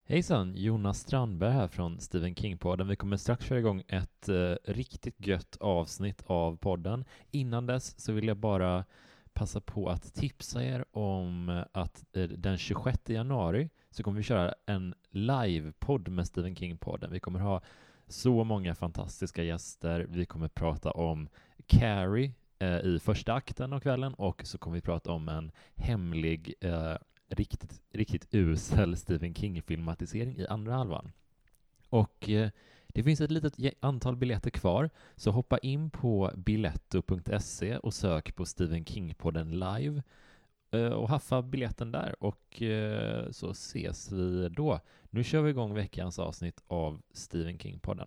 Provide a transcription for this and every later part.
Hejsan, Jonas Strandberg här från Stephen King-podden. Vi kommer strax köra igång ett riktigt gött avsnitt av podden. Innan dess så vill jag bara passa på att tipsa er om att den 26 januari så kommer vi köra en live-podd med Stephen King-podden. Vi kommer ha så många fantastiska gäster. Vi kommer prata om Carrie i första akten av kvällen och så kommer vi prata om en hemlig riktigt usel Stephen King-filmatisering i andra halvan. Och det finns ett litet antal biljetter kvar, så hoppa in på biletto.se och sök på Stephen King-podden live och haffa biljetten där och så ses vi då. Nu kör vi igång veckans avsnitt av Stephen King-podden.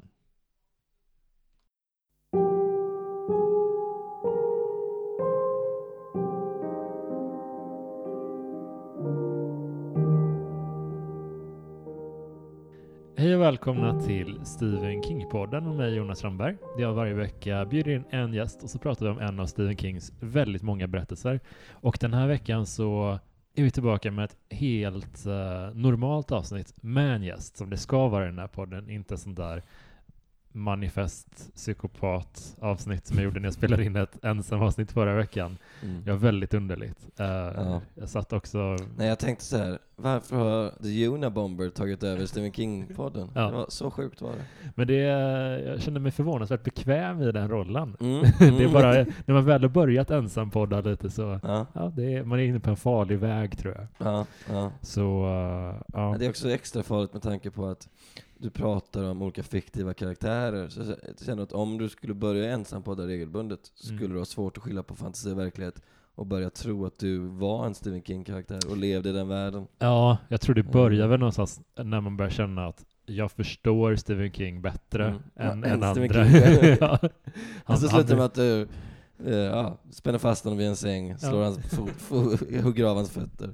Hej och välkomna till Stephen King-podden med mig Jonas Strandberg. Jag varje vecka bjuder in en gäst och så pratar vi om en av Stephen Kings väldigt många berättelser. Och den här veckan så är vi tillbaka med ett helt normalt avsnitt med en gäst som det ska vara i den här podden. Inte sånt där manifest psykopat avsnitt som jag gjorde när jag spelade in ett ensam avsnitt förra veckan. Det var väldigt underligt. Jag satt också... Nej, jag tänkte så här, varför har The Unabomber tagit över Stephen King-podden? Ja. Det var så sjukt var det. Men jag kände mig förvånansvärt bekväm i den rollen. Det är bara, när man väl har börjat ensam podda lite så, man är inne på en farlig väg tror jag. Så, Det är också extra farligt med tanke på att du pratar om olika fiktiva karaktärer. Så jag känner att om du skulle börja ensam podda regelbundet så skulle du ha svårt att skilja på fantasi och verklighet och börja tro att du var en Stephen King-karaktär och levde i den världen. Ja, jag tror det börjar väl någonstans när man börjar känna att jag förstår Stephen King bättre än andra. Han slutar med att du spänner fast honom vid en säng, slår hans hugger av hans fötter.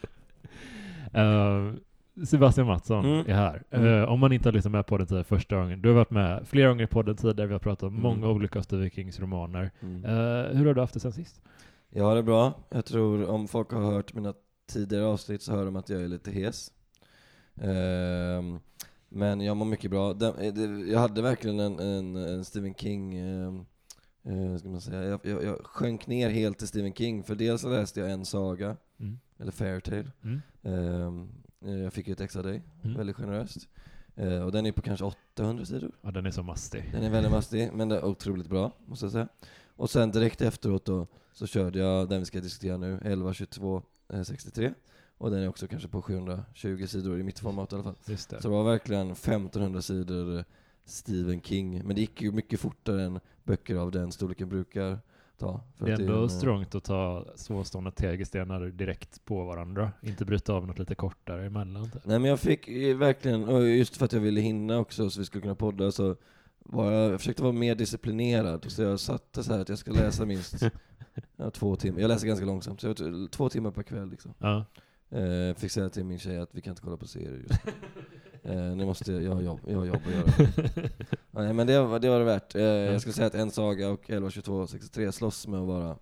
Sebastian Mattsson är här. Om man inte har lyssnat med på den första gången. Du har varit med flera gånger på den tidigare. Vi har pratat om många olika Stephen Kings romaner. Hur har du haft det sen sist? Jag har det bra. Jag tror om folk har hört mina tidigare avsnitt så hör de att jag är lite hes. Men jag mår mycket bra. Jag hade verkligen en Stephen King... ska man säga. Jag sjönk ner helt till Stephen King. För dels så läste jag en saga. Eller Fairytale. Jag fick ju ett extra dig. Väldigt generöst. Och den är på kanske 800 sidor. Ja, den är så mastig. Den är väldigt mastig, men det är otroligt bra, måste jag säga. Och sen direkt efteråt då, så körde jag den vi ska diskutera nu, 11.22.63. Och den är också kanske på 720 sidor i mitt format i alla fall. Just det. Så det var verkligen 1500 sidor Stephen King. Men det gick ju mycket fortare än böcker av den storleken brukar ta. Det är ändå strångt att ta svårstående tegelstenar direkt på varandra. Inte bryta av något lite kortare emellan. Nej, men jag fick verkligen, och just för att jag ville hinna också så vi skulle kunna podda, så jag försökte vara mer disciplinerad. Så jag satte så här att jag ska läsa minst 2 timmar. Jag läser ganska långsamt, så jag 2 timmar per kväll liksom. Fick säga till min tjej att vi kan inte kolla på serier just nu måste jag har jobb att göra. Nej, men det var det värt. Jag skulle säga att en saga och 11.22.63 slåss med att vara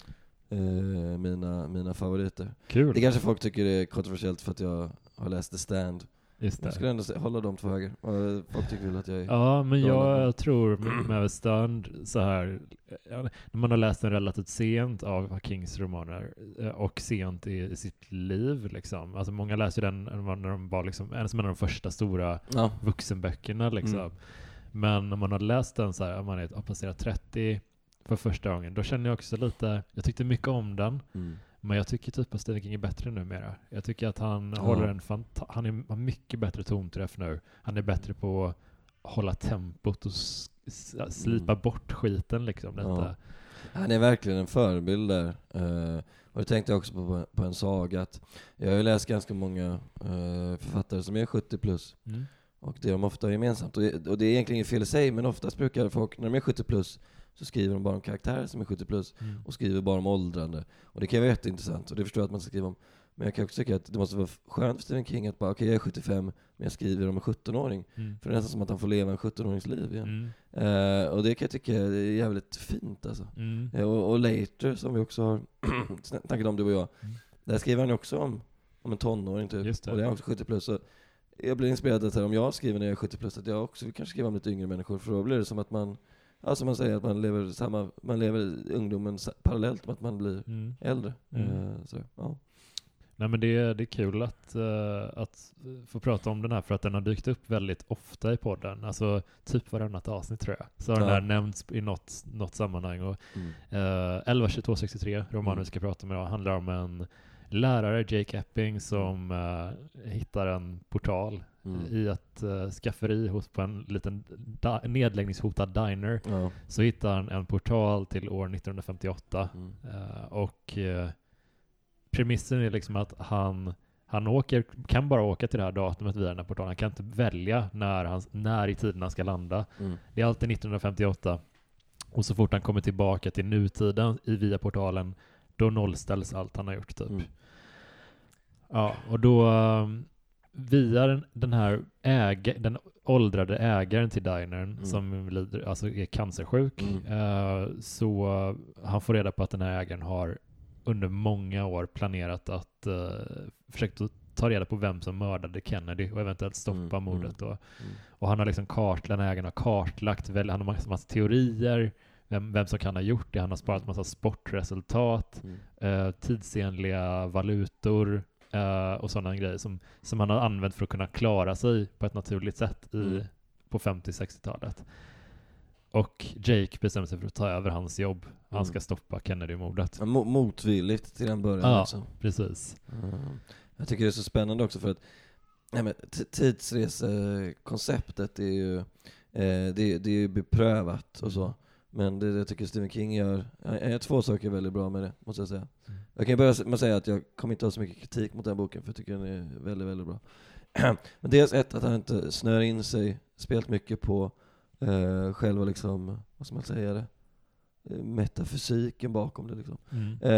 mina favoriter. Kul. Det kanske folk tycker är kontroversiellt för att jag har läst The Stand. Just det. Jag skulle ändå hålla dem 2 höger. Folk tycker väl att jag är... Ja, men jag tror med The Stand så här, när man har läst den relativt sent av Kings romaner och sent i sitt liv liksom. Alltså många läser den när de var liksom en av de första stora vuxenböckerna liksom. Men när man har läst den så här, om man är passerat 30 för första gången, då känner jag också lite, jag tyckte mycket om den. Men jag tycker typ att Stephen King är bättre numera. Jag tycker att han håller har mycket bättre tonträff nu. Han är bättre på att hålla tempot och slipa bort skiten liksom. Detta. Han är verkligen en förebild där. Och det tänkte jag också på en saga. Att jag har ju läst ganska många författare som är 70 plus. Och det är de ofta gemensamt. Och det är egentligen inget fel i sig, men oftast brukar folk, när de är 70 plus, så skriver de bara om karaktärer som är 70 plus och skriver bara om åldrande. Och det kan vara jätteintressant, och det förstår jag att man ska skriva om. Men jag kan också tycka att det måste vara skönt för Stephen King att bara, okej, jag är 75, men jag skriver om en 17-åring. För det är nästan som att han får leva en 17-årings liv igen. Och det kan jag tycka är jävligt fint alltså. Och Later, som vi också har snackat om, du och jag, där skriver han också om en tonåring typ. Och det är också 70 plus. Så jag blir inspirerad att om jag skriver när jag är 70 plus att jag också kanske skriva om lite yngre människor, för då blir det som att man, alltså man säger att man lever ungdomen parallellt med att man blir äldre. Så, ja. Nej, men det är kul att få prata om den här, för att den har dykt upp väldigt ofta i podden. Alltså typ varannat avsnitt tror jag. Så har den här nämnts i något sammanhang. Och 11-22-63, romanen vi ska prata om idag, handlar om en lärare, Jake Epping, som hittar en portal i ett skafferi på en liten nedläggningshotad diner. Så hittar han en portal till år 1958. Och premissen är liksom att han kan bara åka till det här datumet via den här portalen. Han kan inte välja när i tiden han ska landa. Det är alltid 1958. Och så fort han kommer tillbaka till nutiden via portalen, då nollställs allt han har gjort typ. Ja, och då via den åldrade ägaren till dinern som är cancersjuk, så han får reda på att den här ägaren har under många år planerat att försökt att ta reda på vem som mördade Kennedy och eventuellt stoppa mordet då. Och han har liksom ägaren har kartlagt, han har massa teorier vem som kan ha gjort det. Han har sparat massa sportresultat, tidsenliga valutor och sådana grejer som han har använt för att kunna klara sig på ett naturligt sätt på 50-60-talet. Och Jake bestämmer sig för att ta över hans jobb. Han ska stoppa Kennedy-mordet. Motvilligt till den början. Ja, också. Precis. Jag tycker det är så spännande också för att tidsresekonceptet är ju det är ju beprövat och så. Men det jag tycker Stephen King gör är två saker väldigt bra med det, måste jag säga. Jag kan börja med att säga att jag kommer inte ha så mycket kritik mot den boken, för jag tycker den är väldigt, väldigt bra. Men dels att han inte snör in sig spelat mycket på själva liksom, vad ska man säga det? Metafysiken bakom det liksom.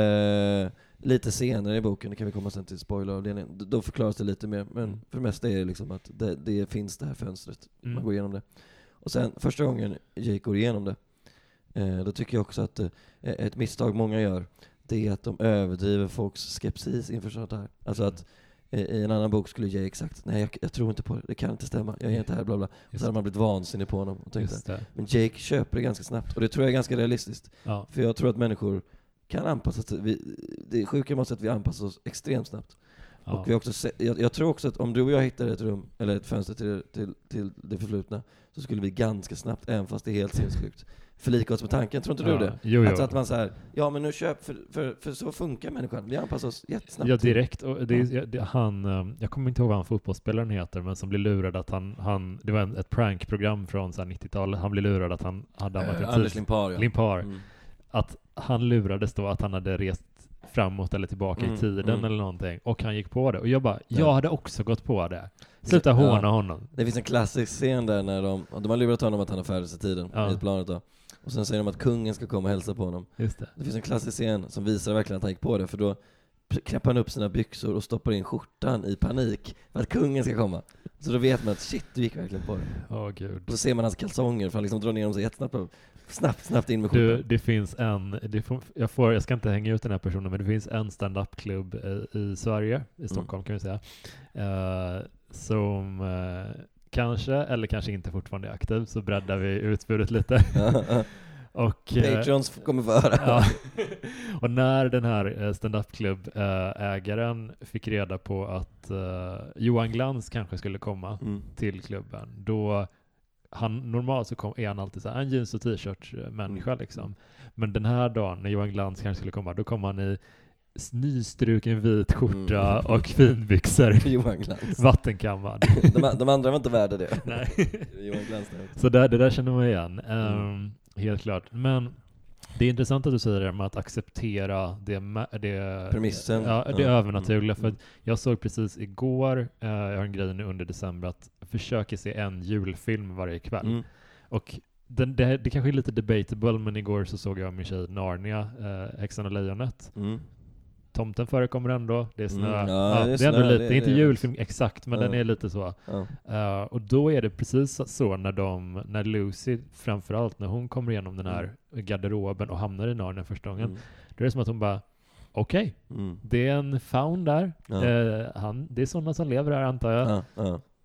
Lite senare i boken, det kan vi komma sen till spoileravdelningen, då förklaras det lite mer, men för det mesta är det liksom att det finns det här fönstret, man går igenom det. Och sen första gången Jake går igenom det, då tycker jag också att ett misstag många gör, det är att de överdriver folks skepsis inför sånt här. Alltså att i en annan bok skulle Jake sagt, nej jag tror inte på det, det kan inte stämma, jag är inte här, bla bla. Och så hade man blivit vansinnig på honom och tänkte, men Jake köper det ganska snabbt, och det tror jag är ganska realistiskt. För jag tror att människor kan anpassa sig, det är sjuka måste att vi anpassar oss extremt snabbt. Och vi också jag tror också att om du och jag hittar ett rum eller ett fönster till det förflutna, så skulle vi ganska snabbt, även fast det är helt sinnessjukt, förlika oss med tanken. Tror inte du det? Jo. Att man så här, ja men nu köp, för så funkar människan. Vi anpassar oss jättesnabbt. Ja, direkt. Och jag kommer inte ihåg vad han fotbollsspelaren heter, men som blir lurad att han det var ett prankprogram från 90-talet. Han blir lurad att han hade varit Anders Limpar. Att han lurades då att han hade rest framåt eller tillbaka i tiden eller någonting, och han gick på det. Och jag hade också gått på det. Sluta håna honom. Det finns en klassisk scen där när de har lurat honom att han har färdats i tiden i ett planet då. Och sen säger de att kungen ska komma och hälsa på honom. Just det. Det finns en klassisk scen som visar verkligen att han gick på det, för då knäppar han upp sina byxor och stoppar in skjortan i panik för att kungen ska komma. Så då vet man att shit, du gick verkligen på det. Gud. Och så ser man hans kalsonger, för han liksom drar ner dem så jättesnabbt. Snabbt in med skjortan. Det finns jag ska inte hänga ut den här personen, men det finns en stand-up-klubb i Sverige, i Stockholm kan vi säga, som kanske, eller kanske inte fortfarande är aktiv, så breddar vi utbudet lite. Och Patrons kommer för höra. Och när den här stand-up-klubb-ägaren fick reda på att Johan Glans kanske skulle komma till klubben, då normalt så är han alltid så här, en jeans- och t-shirt-människa liksom. Men den här dagen när Johan Glans kanske skulle komma, då kom han i nystruken vit skjorta och finbyxor. Johan Glans. Vattenkammad. De andra var inte värda det. Nej. Johan Glans. Så det där känner man igen. Helt klart. Men det är intressant att du säger det med att acceptera det premissen. Det övernaturliga. För jag såg precis igår, jag har en grej nu under december, att försöka se en julfilm varje kväll. Och det kanske är lite debatable, men igår så såg jag min tjej Narnia, Häxan och lejonet. Tomten förekommer ändå, det är snö. Det är ändå lite, det är inte julfilm exakt, men den är lite så. Och då är det precis så när Lucy, framförallt när hon kommer igenom den här garderoben och hamnar i Narnia första gången, då är det som att hon bara, okej, det är en faun där. Det är sådana som lever här, antar jag.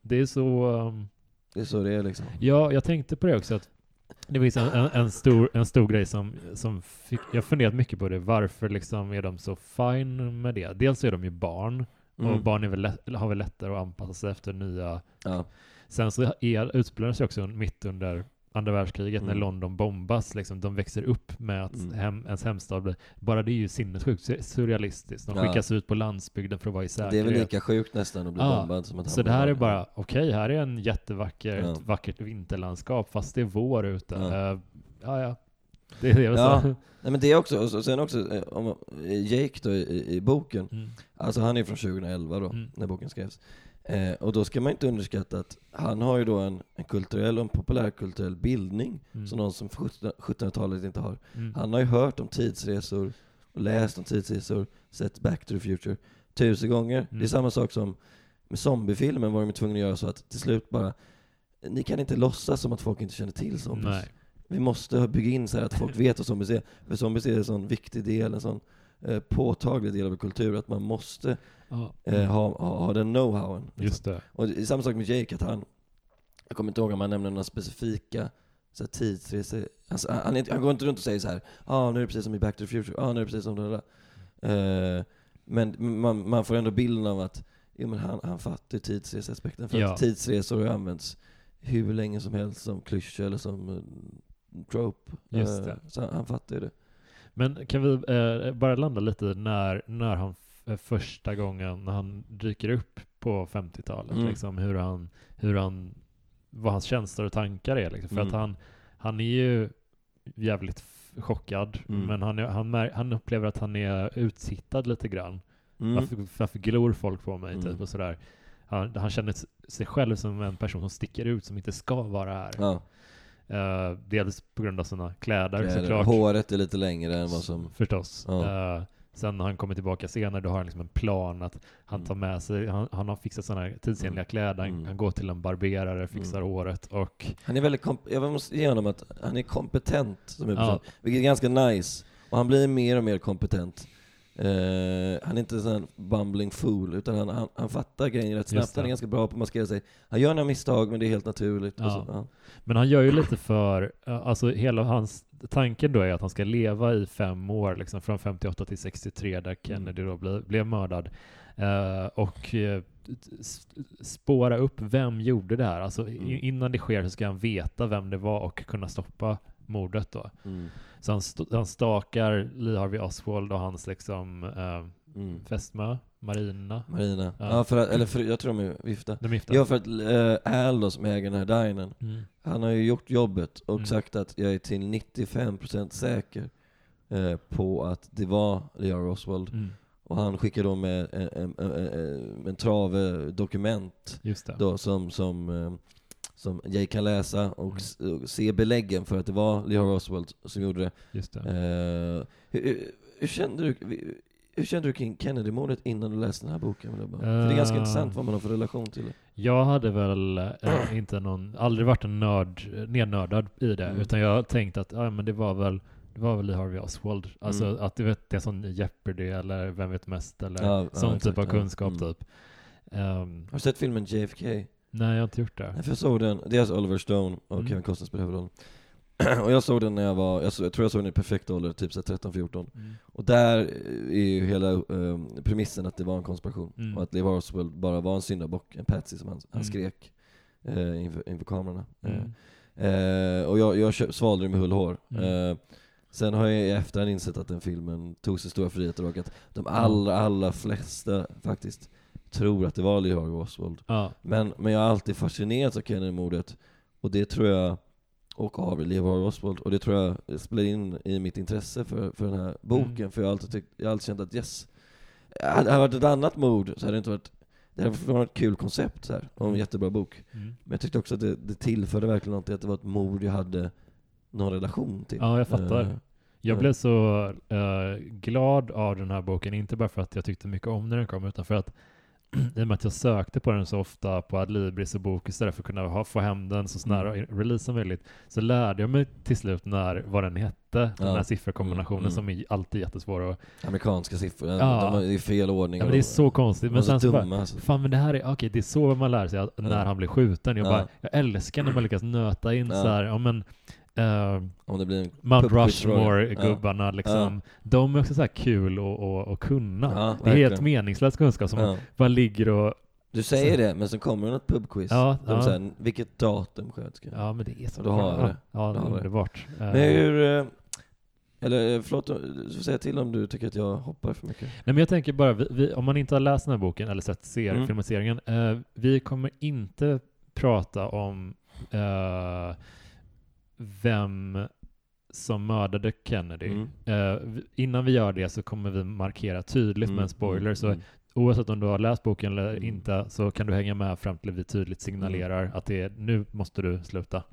Det är så... Det är så det är liksom. Ja, jag tänkte på det också, att det finns en stor grej som jag funderat mycket på det. Varför liksom är de så fine med det? Dels är de ju barn, och barn har väl lättare att anpassa sig efter nya... Ja. Sen så utspelar sig också mitt under andra världskriget när London bombas. Liksom, de växer upp med att ens hemstad blir... Bara det är ju sinnessjukt surrealistiskt. De skickas ut på landsbygden för att vara i säkerhet. Det är väl lika sjukt nästan att bli bombad som att så det här är bara, här är en ett vackert vinterlandskap, fast det är vår ute. Ja. Det är det. Ja. Nej, men det är också, och sen också om Jake då i boken, alltså han är från 2011 då, när boken skrevs. Och då ska man inte underskatta att han har ju då en kulturell och en populärkulturell bildning som någon som 1700-talet inte har. Han har ju hört om tidsresor och läst om tidsresor, sett Back to the Future 1000 gånger. Det är samma sak som med zombiefilmen, var de tvungna att göra så att till slut bara, ni kan inte låtsas som att folk inte känner till zombies. Nej. Vi måste bygga in så här att folk vet vad zombies är. För zombies är en sån viktig del, en sån påtaglig del av kultur, att man måste ha den know-howen. Just det. Och det är samma sak med Jake, att jag kommer inte ihåg om han nämner några specifika så här, tidsresor. Alltså, han går inte runt och säger så här, nu är det precis som i Back to the Future, nu är det precis som det där. Men man får ändå bilden av att men han fattar tidsreseaspekten, för att tidsresor har använts hur länge som helst som klyscha eller som trope. Just det. Så han fattar ju det. Men kan vi bara landa lite när han första gången när han dyker upp på 50-talet, liksom, vad hans känslor och tankar är, liksom. För att han är ju jävligt chockad, men han upplever att han är utsittad lite grann. Varför glor folk på mig typ, och sådär. Han känner sig själv som en person som sticker ut, som inte ska vara här. Ja. Dels på grund av sina kläder såklart. Håret är lite längre än vad som... Förstås. Ja. Sen när han kommer tillbaka senare, då har han liksom en plan att han tar med sig, han har fixat sådana här tidsenliga kläder, han går till en barberare, fixar håret, och... Han är väldigt jag måste ge honom att han är kompetent som är person, vilket är ganska nice. Och han blir mer och mer kompetent. Han är inte en sån bumbling fool, utan han fattar grejer rätt snabbt. Han är ganska bra på att maskera sig. Han gör några misstag, men det är helt naturligt. Ja. Och så, ja. Men han gör ju lite för, alltså hela hans tanken då är att han ska leva i 5 år, liksom från 58 till 63, där Kennedy då blev mördad, och spåra upp vem gjorde det här. Alltså innan det sker så ska han veta vem det var och kunna stoppa mordet då. Så han stakar Lee Harvey Oswald och hans liksom fästmö, Marina. Ja, jag tror de är gifta. Ja, för att Al då, som äger den här dinern, han har ju gjort jobbet och sagt att jag är till 95% säker på att det var Lee Harvey Oswald. Och han skickar då med en trave dokument då, som Jake kan läsa och se beläggen för att det var Lee Harvey Oswald som gjorde det. Just det. Hur kände du kring Kennedy-mordet innan du läste den här boken? För det är ganska intressant vad man har för relation till det. Jag hade väl aldrig varit nednördad i det, utan jag tänkte att men det var väl Lee Harvey Oswald. Alltså att du vet, det är sån Jeopardy eller Vem vet mest, eller sån typ av kunskap typ. Har du sett filmen JFK? Nej, jag har inte gjort det. Jag såg den, det är alltså Oliver Stone och Kevin Costner spelar huvudrollen. Och jag såg den när jag tror jag såg den i perfekt ålder, typ 13-14. Och där är ju hela premissen att det var en konspiration. Och att Lee Harvey Oswald bara var en syndabock, en patsy som han skrek inför kamerorna. Och jag svalde det med hull och hår. Sen har jag i efterhand insett att den filmen tog sig stora friheter och att de allra flesta faktiskt tror att det var Lee Harvey Oswald. Men jag har alltid fascinerats av Kennedy-mordet, och det tror jag, och av Lee Harvey Oswald, och det tror jag spelar in i mitt intresse för den här boken. För jag har alltid känt att hade det varit ett annat mord så hade det inte varit, det hade varit ett kul koncept så här, och en jättebra bok. Men jag tyckte också att det tillförde verkligen någonting, att det var ett mord jag hade någon relation till. Ja, jag fattar. Jag blev så glad av den här boken, inte bara för att jag tyckte mycket om när den kom, utan för att i och med att jag sökte på den så ofta på Adlibris och Bokus för att kunna få hem den så nära release som möjligt, så lärde jag mig till slut vad den hette, den här sifferkombinationen som är alltid jättesvår att... Amerikanska siffror, de är i fel ordning. Ja, men det är så konstigt. Men sen så bara, alltså. fan, men det här är, okej, det är så man lär sig när han blir skjuten. Jag älskar när man lyckas nöta in så här, om det blir en Mount Rushmore-gubbarna liksom. De är också så här kul att kunna. Det är helt meningslös kunskap som bara ligger och... Du säger det, men så kommer det något pubquiz. De säger, vilket datum sköts? Ja, men det är så bra. Då har vi det. Ja, det är underbart. Men hur... Eller förlåt, du får säga till om du tycker att jag hoppar för mycket. Nej, men jag tänker bara, om man inte har läst den här boken eller sett filmatiseringen, vi kommer inte prata om vem som mördade Kennedy. Innan vi gör det så kommer vi markera tydligt med en spoiler. Så oavsett om du har läst boken eller inte, så kan du hänga med fram till vi tydligt signalerar att nu måste du sluta.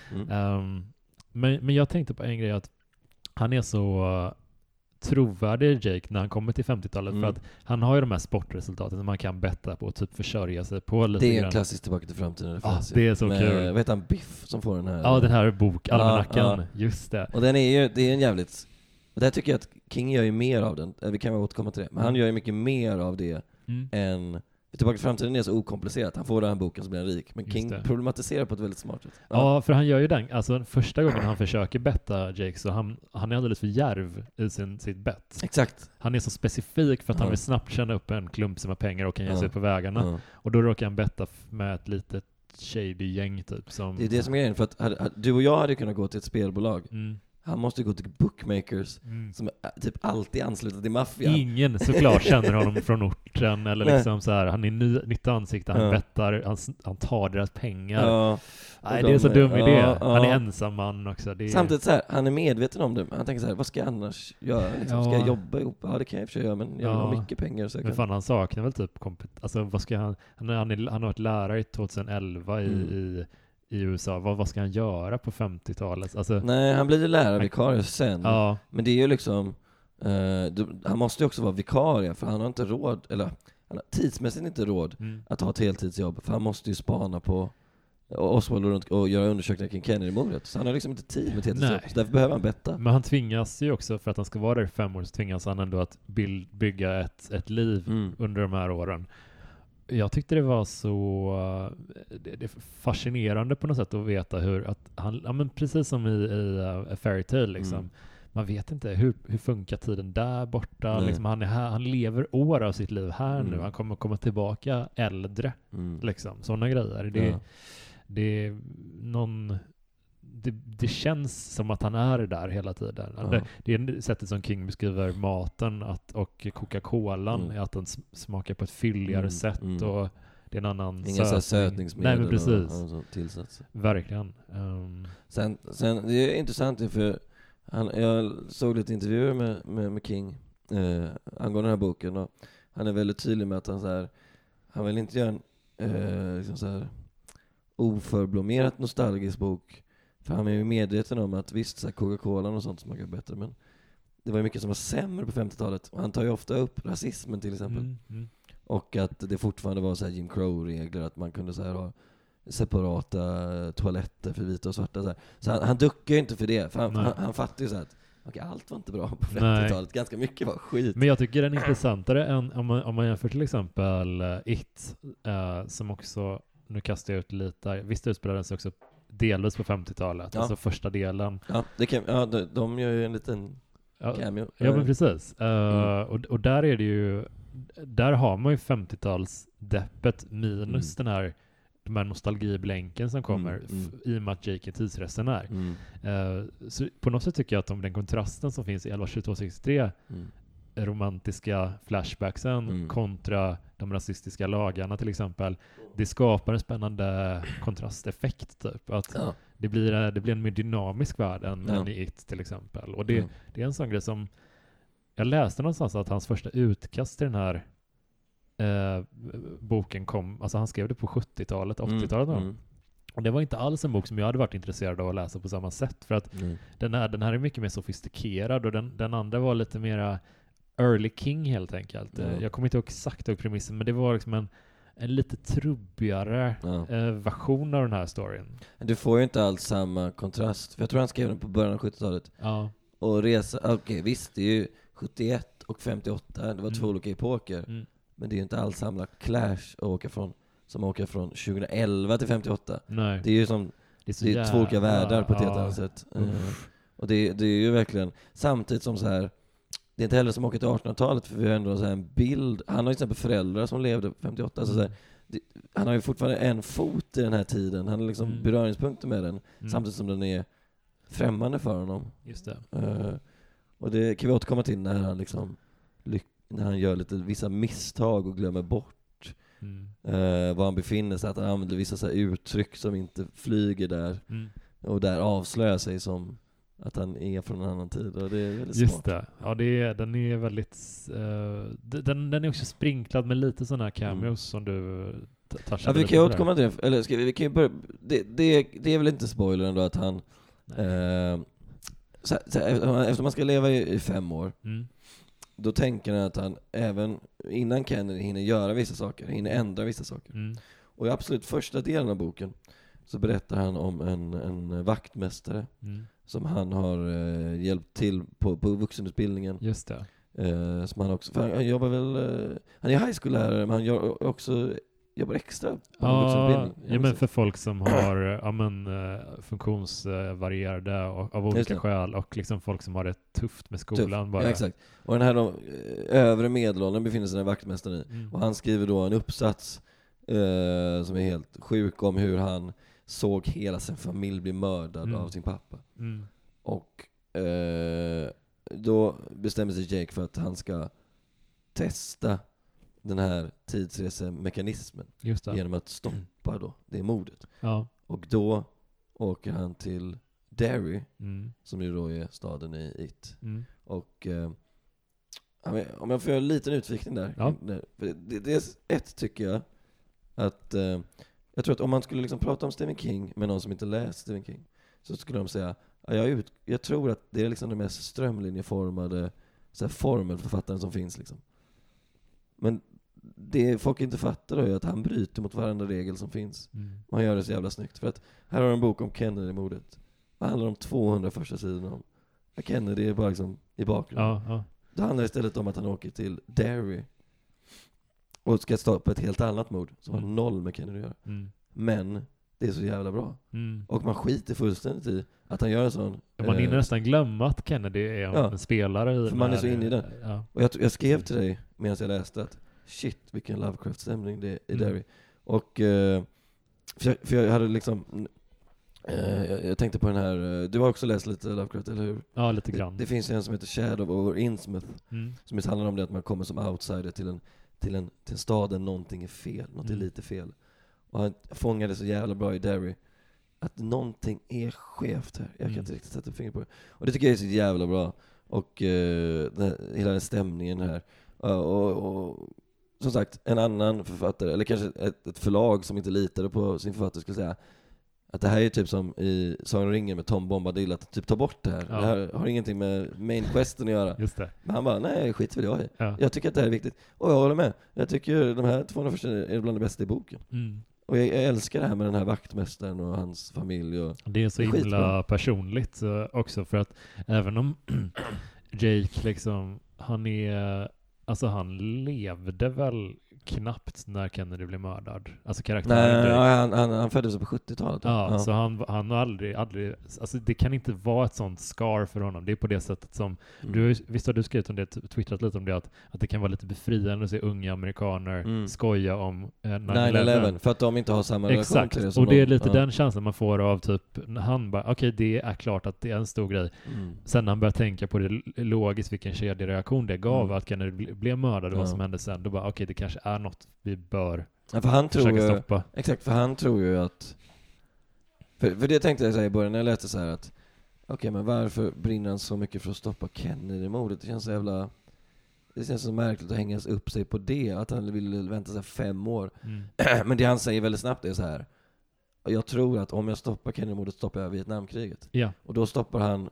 Men jag tänkte på en grej, att han är så trovärdig, Jake, när han kommer till 50-talet, för att han har ju de här sportresultaten som man kan betta på och typ försörja sig på lite. Det är en klassisk Tillbaka till framtiden. Det är så kul. Vet han Biff som får den här? Ja, den här almanackan. Just det. Och det är en jävligt... Och där tycker jag att King gör ju mer av den. Vi kan väl återkomma till det. Men han gör ju mycket mer av det än... Tillbaka till framtiden är så okomplicerat. Han får den här boken så blir han rik. Men King problematiserar på ett väldigt smart sätt. Ja, för han gör ju den. Alltså första gången han försöker betta Jake, så han är alldeles för djärv i sitt bett. Exakt. Han är så specifik för att han vill snabbt tjäna upp en klump med pengar och kan ge sig ut på vägarna. Och då råkar han betta med ett litet shady gäng typ. Det är det som är grejen. För att du och jag hade kunnat gå till ett spelbolag. Han måste gå till bookmakers som är typ alltid anslutet till maffian. Ingen såklart känner honom från orten eller liksom så här, han är nytt ansikte, han bettar, han tar deras pengar. Nej, det är så dum idé. Han är ensam man också. Samtidigt så här, han är medveten om det. Han tänker så här, vad ska jag annars göra? Liksom, ska jag jobba ihop? Ja, det kan jag i och för sig göra, men jag vill ha mycket pengar. Så men fan, han saknar väl typ alltså vad ska han har varit lärare i 2011 i USA. Vad ska han göra på 50-talet? Alltså, nej, han blir ju lärarvikarie sen. Men det är ju liksom... han måste ju också vara vikarie, för han har inte råd, eller han har tidsmässigt inte råd att ha ett heltidsjobb, för han måste ju spana på Oswald och göra undersökningar kring Kennedy-mordet. Så han har liksom inte tid med ett heltidsjobb, så därför behöver han betta. Men han tvingas ju också, för att han ska vara där i 5 år, så tvingas han ändå att bygga ett liv under de här åren. Jag tyckte det var så det är fascinerande på något sätt att veta hur att han, men precis som i A Fairy Tale liksom, man vet inte hur funkar tiden där borta. Liksom, han lever år av sitt liv här nu. Han kommer komma tillbaka äldre. Liksom, sådana grejer. Det känns som att han är där hela tiden. Det är sättet som King beskriver maten och Coca-Colan, att den smakar på ett fylligare sätt, och det är en annan sötningsmedel. Nej, men precis. Och tillsats. Verkligen. Sen det är intressant, för jag såg lite intervjuer med King angående den här boken, och han är väldigt tydlig med att han vill inte göra en liksom så här oförblommerat nostalgisk bok. För han är ju medveten om att visst, så här Coca-Cola och sånt smakar bättre, men det var ju mycket som var sämre på 50-talet. Och han tar ju ofta upp rasismen till exempel. Och att det fortfarande var så här Jim Crow-regler, att man kunde så här ha separata toaletter för vita och svarta. Så han duckar ju inte för det. För han fattar ju så att allt var inte bra på 50-talet. Ganska mycket var skit. Men jag tycker den är intressantare än om man jämför till exempel It, som också, nu kastar jag ut lite, visst utspelade den sig också delvis på 50-talet, alltså första delen. De gör ju en liten cameo. Ja, men precis. Och där är det ju, där har man ju 50-talsdeppet minus de här nostalgiblänken som kommer i och med att Jake är tidsresenär. Så på något sätt tycker jag att den kontrasten som finns i 11/22/63 romantiska flashbacksen kontra de rasistiska lagarna till exempel, det skapar en spännande kontrasteffekt typ, att det blir en mer dynamisk värld än i It till exempel, och det är en sån grej som jag läste någonstans, att hans första utkast till den här boken kom, alltså han skrev det på 70-talet, 80-talet och det var inte alls en bok som jag hade varit intresserad av att läsa på samma sätt, för att den här är mycket mer sofistikerad, och den andra var lite mera Early King helt enkelt. Ja. Jag kommer inte ihåg exakt ihåg premissen, men det var liksom en lite trubbigare version av den här storyn. Du får ju inte alls samma kontrast. För jag tror han skrev den på början av 70-talet. Ja. Och okej, visst, det är ju 71 och 58. Det var två olika epoker. Mm. Men det är ju inte alls samma Clash att åka från som åker från 2011 till 58. Nej. Det är ju som det är två olika världar på ett helt annat sätt. Och det är ju verkligen samtidigt som så här. Det är inte heller som åker till 1800-talet, för vi har ändå så här en bild. Han har ju till exempel föräldrar som levde 58. Så här, han har ju fortfarande en fot i den här tiden. Han har liksom beröringspunkter med den. Samtidigt som den är främmande för honom. Just det. Och det kan vi återkomma till när han liksom när han gör vissa misstag och glömmer bort var han befinner sig. Att han använder vissa så här uttryck som inte flyger där. Och där avslöjar sig som att han är från en annan tid, och det är väldigt just smart. Det. Ja, den är väldigt den är också sprinklad med lite sådana här cameos som du touchade. Ja, vi kan ju återkomma till det. Eller vi kan ju börja, det är väl inte spoiler ändå att han efter man ska leva i 5 år, då tänker han att han även innan Kennedy hinner göra vissa saker, hinner ändra vissa saker. Och i absolut första delen av boken så berättar han om en vaktmästare som han har hjälpt till på vuxenutbildningen. Just det. Som han också, för han jobbar väl, han är high school-lärare, men han jobbar extra på vuxenutbildning. Ja, men för folk som har funktionsvarierade av olika skäl, och liksom folk som har det tufft med skolan. Bara. Ja, exakt. Och den här övre medelåldern befinner sig den vaktmästaren i. Och han skriver då en uppsats som är helt sjuk om hur han såg hela sin familj bli mördad av sin pappa. Och då bestämmer sig Jake för att han ska testa den här tidsresemekanismen genom att stoppa då det mordet. Ja. Och då åker han till Derry, som ju då är staden i It. Och om jag får göra en liten utvikning där. Ja. Det är ett, tycker jag, att jag tror att om man skulle liksom prata om Stephen King med någon som inte läst Stephen King, så skulle de säga jag tror att det är liksom den mest strömlinjeformade så här formelförfattaren som finns liksom. Men det folk inte fattar då är att han bryter mot varenda regel som finns. Och han gör det så jävla snyggt. För att här har en bok om Kennedy-mordet. Det handlar om 200 första sidorna om Kennedy är bara liksom i bakgrunden. Det handlar istället om att han åker till Derry och ska stoppa ett helt annat mord som har noll med Kennedy att göra. Men det är så jävla bra. Och man skiter fullständigt i att han gör en sån. Man hinner nästan glömma att Kennedy är en spelare i. För man är så inne i den. Ja. Och jag skrev till dig medan jag läste att shit, vilken Lovecraft-stämning det är i Derry. Och för jag hade liksom jag tänkte på den här, du har också läst lite Lovecraft, eller hur? Ja, lite grann. Det finns en som heter Shadow over Innsmouth, som handlar om det att man kommer som outsider till en stad där någonting är fel, något är lite fel. Och han fångade så jävla bra i Derry att någonting är skevt här. Jag kan inte riktigt sätta fingret på det. Och det tycker jag är så jävla bra. Och hela den stämningen här. Och som sagt, en annan författare, eller kanske ett förlag som inte litade på sin författare, skulle säga att det här är typ som i Sagan om ringen med Tom Bombadil, att typ ta bort det här. Ja. Det här har ingenting med main questen att göra. Just det. Men han bara, nej, skit väl jag i. Ja. Jag tycker att det här är viktigt. Och jag håller med. Jag tycker de här 200 första är bland det bästa i boken. Och jag älskar det här med den här vaktmästaren och hans familj. Och det är så himla personligt också, för att även om Jake liksom, han levde väl knappt när Kennedy blev mördad. Alltså karaktären. Nej, han föddes på 70-talet. Ja, så han har aldrig, alltså det kan inte vara ett sånt scar för honom. Det är på det sättet som visst har du skrivit om det, twittrat lite om det, att det kan vara lite befriande att se unga amerikaner skoja om 9/11, för att de inte har samma relation till det som och det är lite den känslan man får av typ när han bara, okej, det är klart att det är en stor grej. Sen när han börjar tänka på det logiskt, vilken kedjereaktion det gav att Kennedy blev mördad och vad som hände sen, då bara, okej, det kanske är något vi bör försöka stoppa. Exakt, för han tror ju att för det tänkte jag säga i början när jag läste så här att okej, men varför brinner han så mycket för att stoppa Kennedy-mordet? Det känns så märkligt att hängas upp sig på det, att han vill vänta så här 5 år. Men det han säger väldigt snabbt är så här: jag tror att om jag stoppar Kennedy-mordet stoppar jag Vietnamkriget. Ja. Och då stoppar han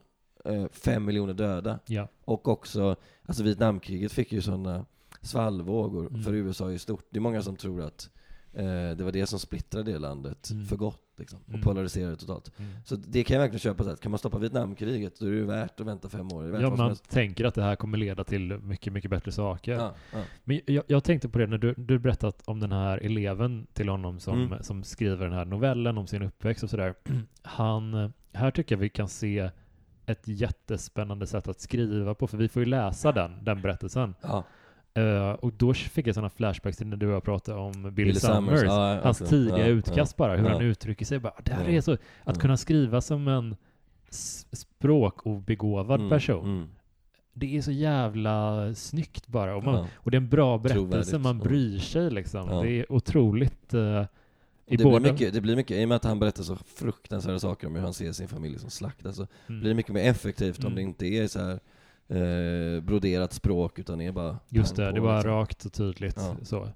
5 miljoner döda. Ja. Och också, alltså Vietnamkriget fick ju sådana svallvågor för USA i stort. Det är många som tror att det var det som splittrade det landet för gott liksom, och polariserade totalt. Så det kan jag verkligen köpa så att kan man stoppa Vietnamkriget, då är det värt att vänta 5 år. Det är värt Ja, vad som man helst. tänker att det här kommer leda till mycket, mycket bättre saker. Ja. Men jag tänkte på det när du berättat om den här eleven till honom som skriver den här novellen om sin uppväxt och sådär. Här tycker jag vi kan se ett jättespännande sätt att skriva på, för vi får ju läsa den berättelsen. Ja. Och då fick jag sådana flashbacks till när du har pratat om Billy Summers. Ja, hans tidiga utkast bara, hur Ja. han uttrycker sig. Bara, det här är så, att kunna skriva som en språkobegåvad person. Det är så jävla snyggt bara. Och det är en bra berättelse, man bryr sig liksom. Det är otroligt... Det blir mycket, i och med att han berättar så fruktansvärda saker om hur han ser sin familj som slakt. Alltså, blir det mycket mer effektivt om det inte är så här broderat språk, utan är bara... Just det, det var liksom rakt och tydligt. Så.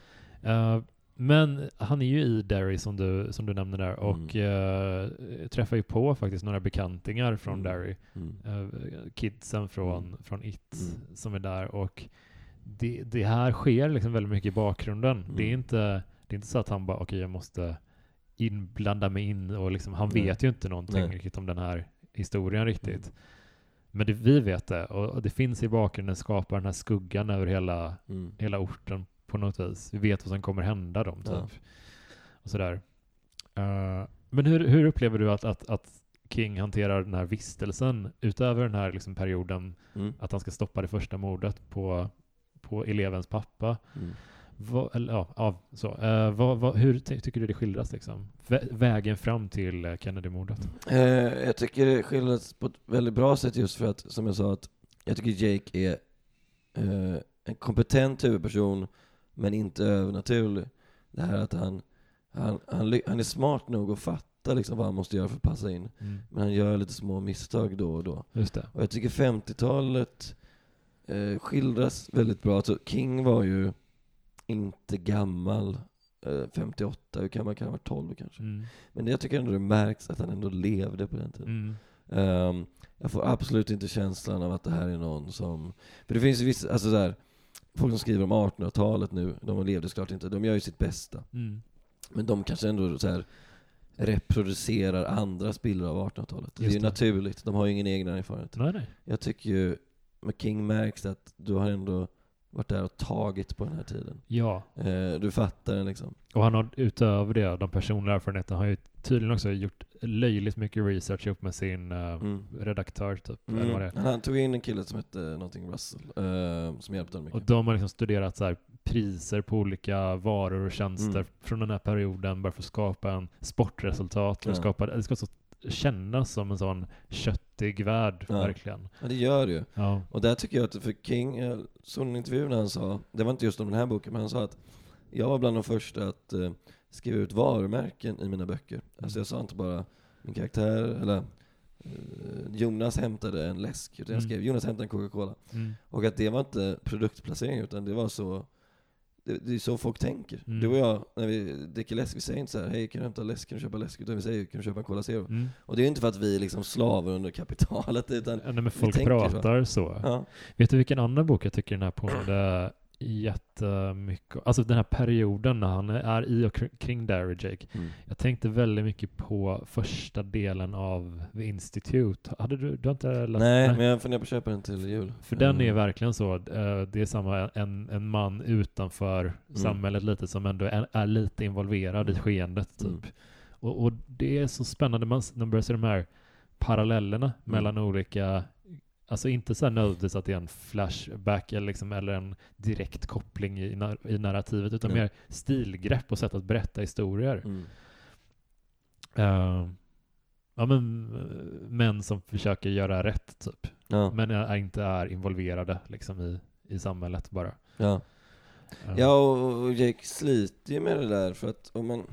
Men han är ju i Derry som du nämnde där och träffar ju på faktiskt några bekantingar från Derry. Kidsen från It som är där, och det här sker liksom väldigt mycket i bakgrunden. Det är inte så att han bara okej, jag måste blanda mig in och liksom, han vet ju inte någonting riktigt om den här historien riktigt. Men vi vet det, och det finns i bakgrunden, skapar den här skuggan över hela orten på något vis. Vi vet vad som kommer hända dem typ. Och sådär. Men hur upplever du att King hanterar den här vistelsen utöver den här liksom perioden att han ska stoppa det första mordet på elevens pappa? Hur tycker du det skildras liksom? Vägen fram till Kennedy-mordet? Jag tycker det skildras på ett väldigt bra sätt, just för att, som jag sa, att jag tycker Jake är en kompetent huvudperson men inte övernaturlig. Det här att han är smart nog att fatta liksom vad han måste göra för att passa in. Men han gör lite små misstag då och då. Just det. Och jag tycker 50-talet skildras väldigt bra. Alltså, King var ju inte gammal, 58, hur gammal kan han vara, 12 kanske. Men jag tycker ändå det märks att han ändå levde på den tiden. Jag får absolut inte känslan av att det här är någon som... För det finns ju vissa, alltså så här, folk som skriver om 1800-talet nu, de levde såklart inte, de gör ju sitt bästa. Men de kanske ändå så här reproducerar andras bilder av 1800-talet. Det är ju naturligt, de har ju ingen egen erfarenhet. Nej. Jag tycker ju med King märks att du har ändå varit där och tagit på den här tiden. Ja. Du fattar den liksom. Och han har utöver det, de personliga erfarenheterna, har ju tydligen också gjort löjligt mycket research upp med sin redaktör typ. Eller vad det är. Han tog in en kille som hette någonting Russell, som hjälpte honom mycket. Och de har liksom studerat så här, priser på olika varor och tjänster från den här perioden, bara för att skapa en sportresultat. Och det ska så kännas som en sån köttig värld, verkligen. Ja, det gör det ju. Ja. Och där tycker jag att för King, jag såg en intervju när han sa, det var inte just om den här boken, men han sa att jag var bland de första att skriva ut varumärken i mina böcker. Alltså jag sa inte bara min karaktär, eller Jonas hämtade en läsk, utan jag skrev Jonas hämtade en Coca-Cola. Och att det var inte produktplacering, utan det var så, det är så folk tänker. Du och jag, när vi dricker läsk, vi säger inte så här: hej, kan du hämta läsk, kan du köpa läsk? Utan vi säger, kan du köpa en Cola Zero? Och det är inte för att vi är liksom slavar under kapitalet, utan men folk pratar så. Ja. Vet du vilken annan bok jag tycker den här påminner jättemycket, alltså den här perioden när han är i och kring Derry, Jake. Jag tänkte väldigt mycket på första delen av The Institute. Du har inte läst? Nej, men jag funderar på att köpa den till jul. För den är verkligen så, det är samma en man utanför samhället lite, som ändå är lite involverad i skeendet typ. Och det är så spännande, man börjar se de här parallellerna mellan olika. Alltså inte så här nödvändigtvis att det är en flashback eller en direkt koppling i narrativet, utan mer stilgrepp och sätt att berätta historier. Män som försöker göra rätt typ. Men inte är involverade liksom i samhället bara. Ja, och Jake sliter ju med det där, för att om man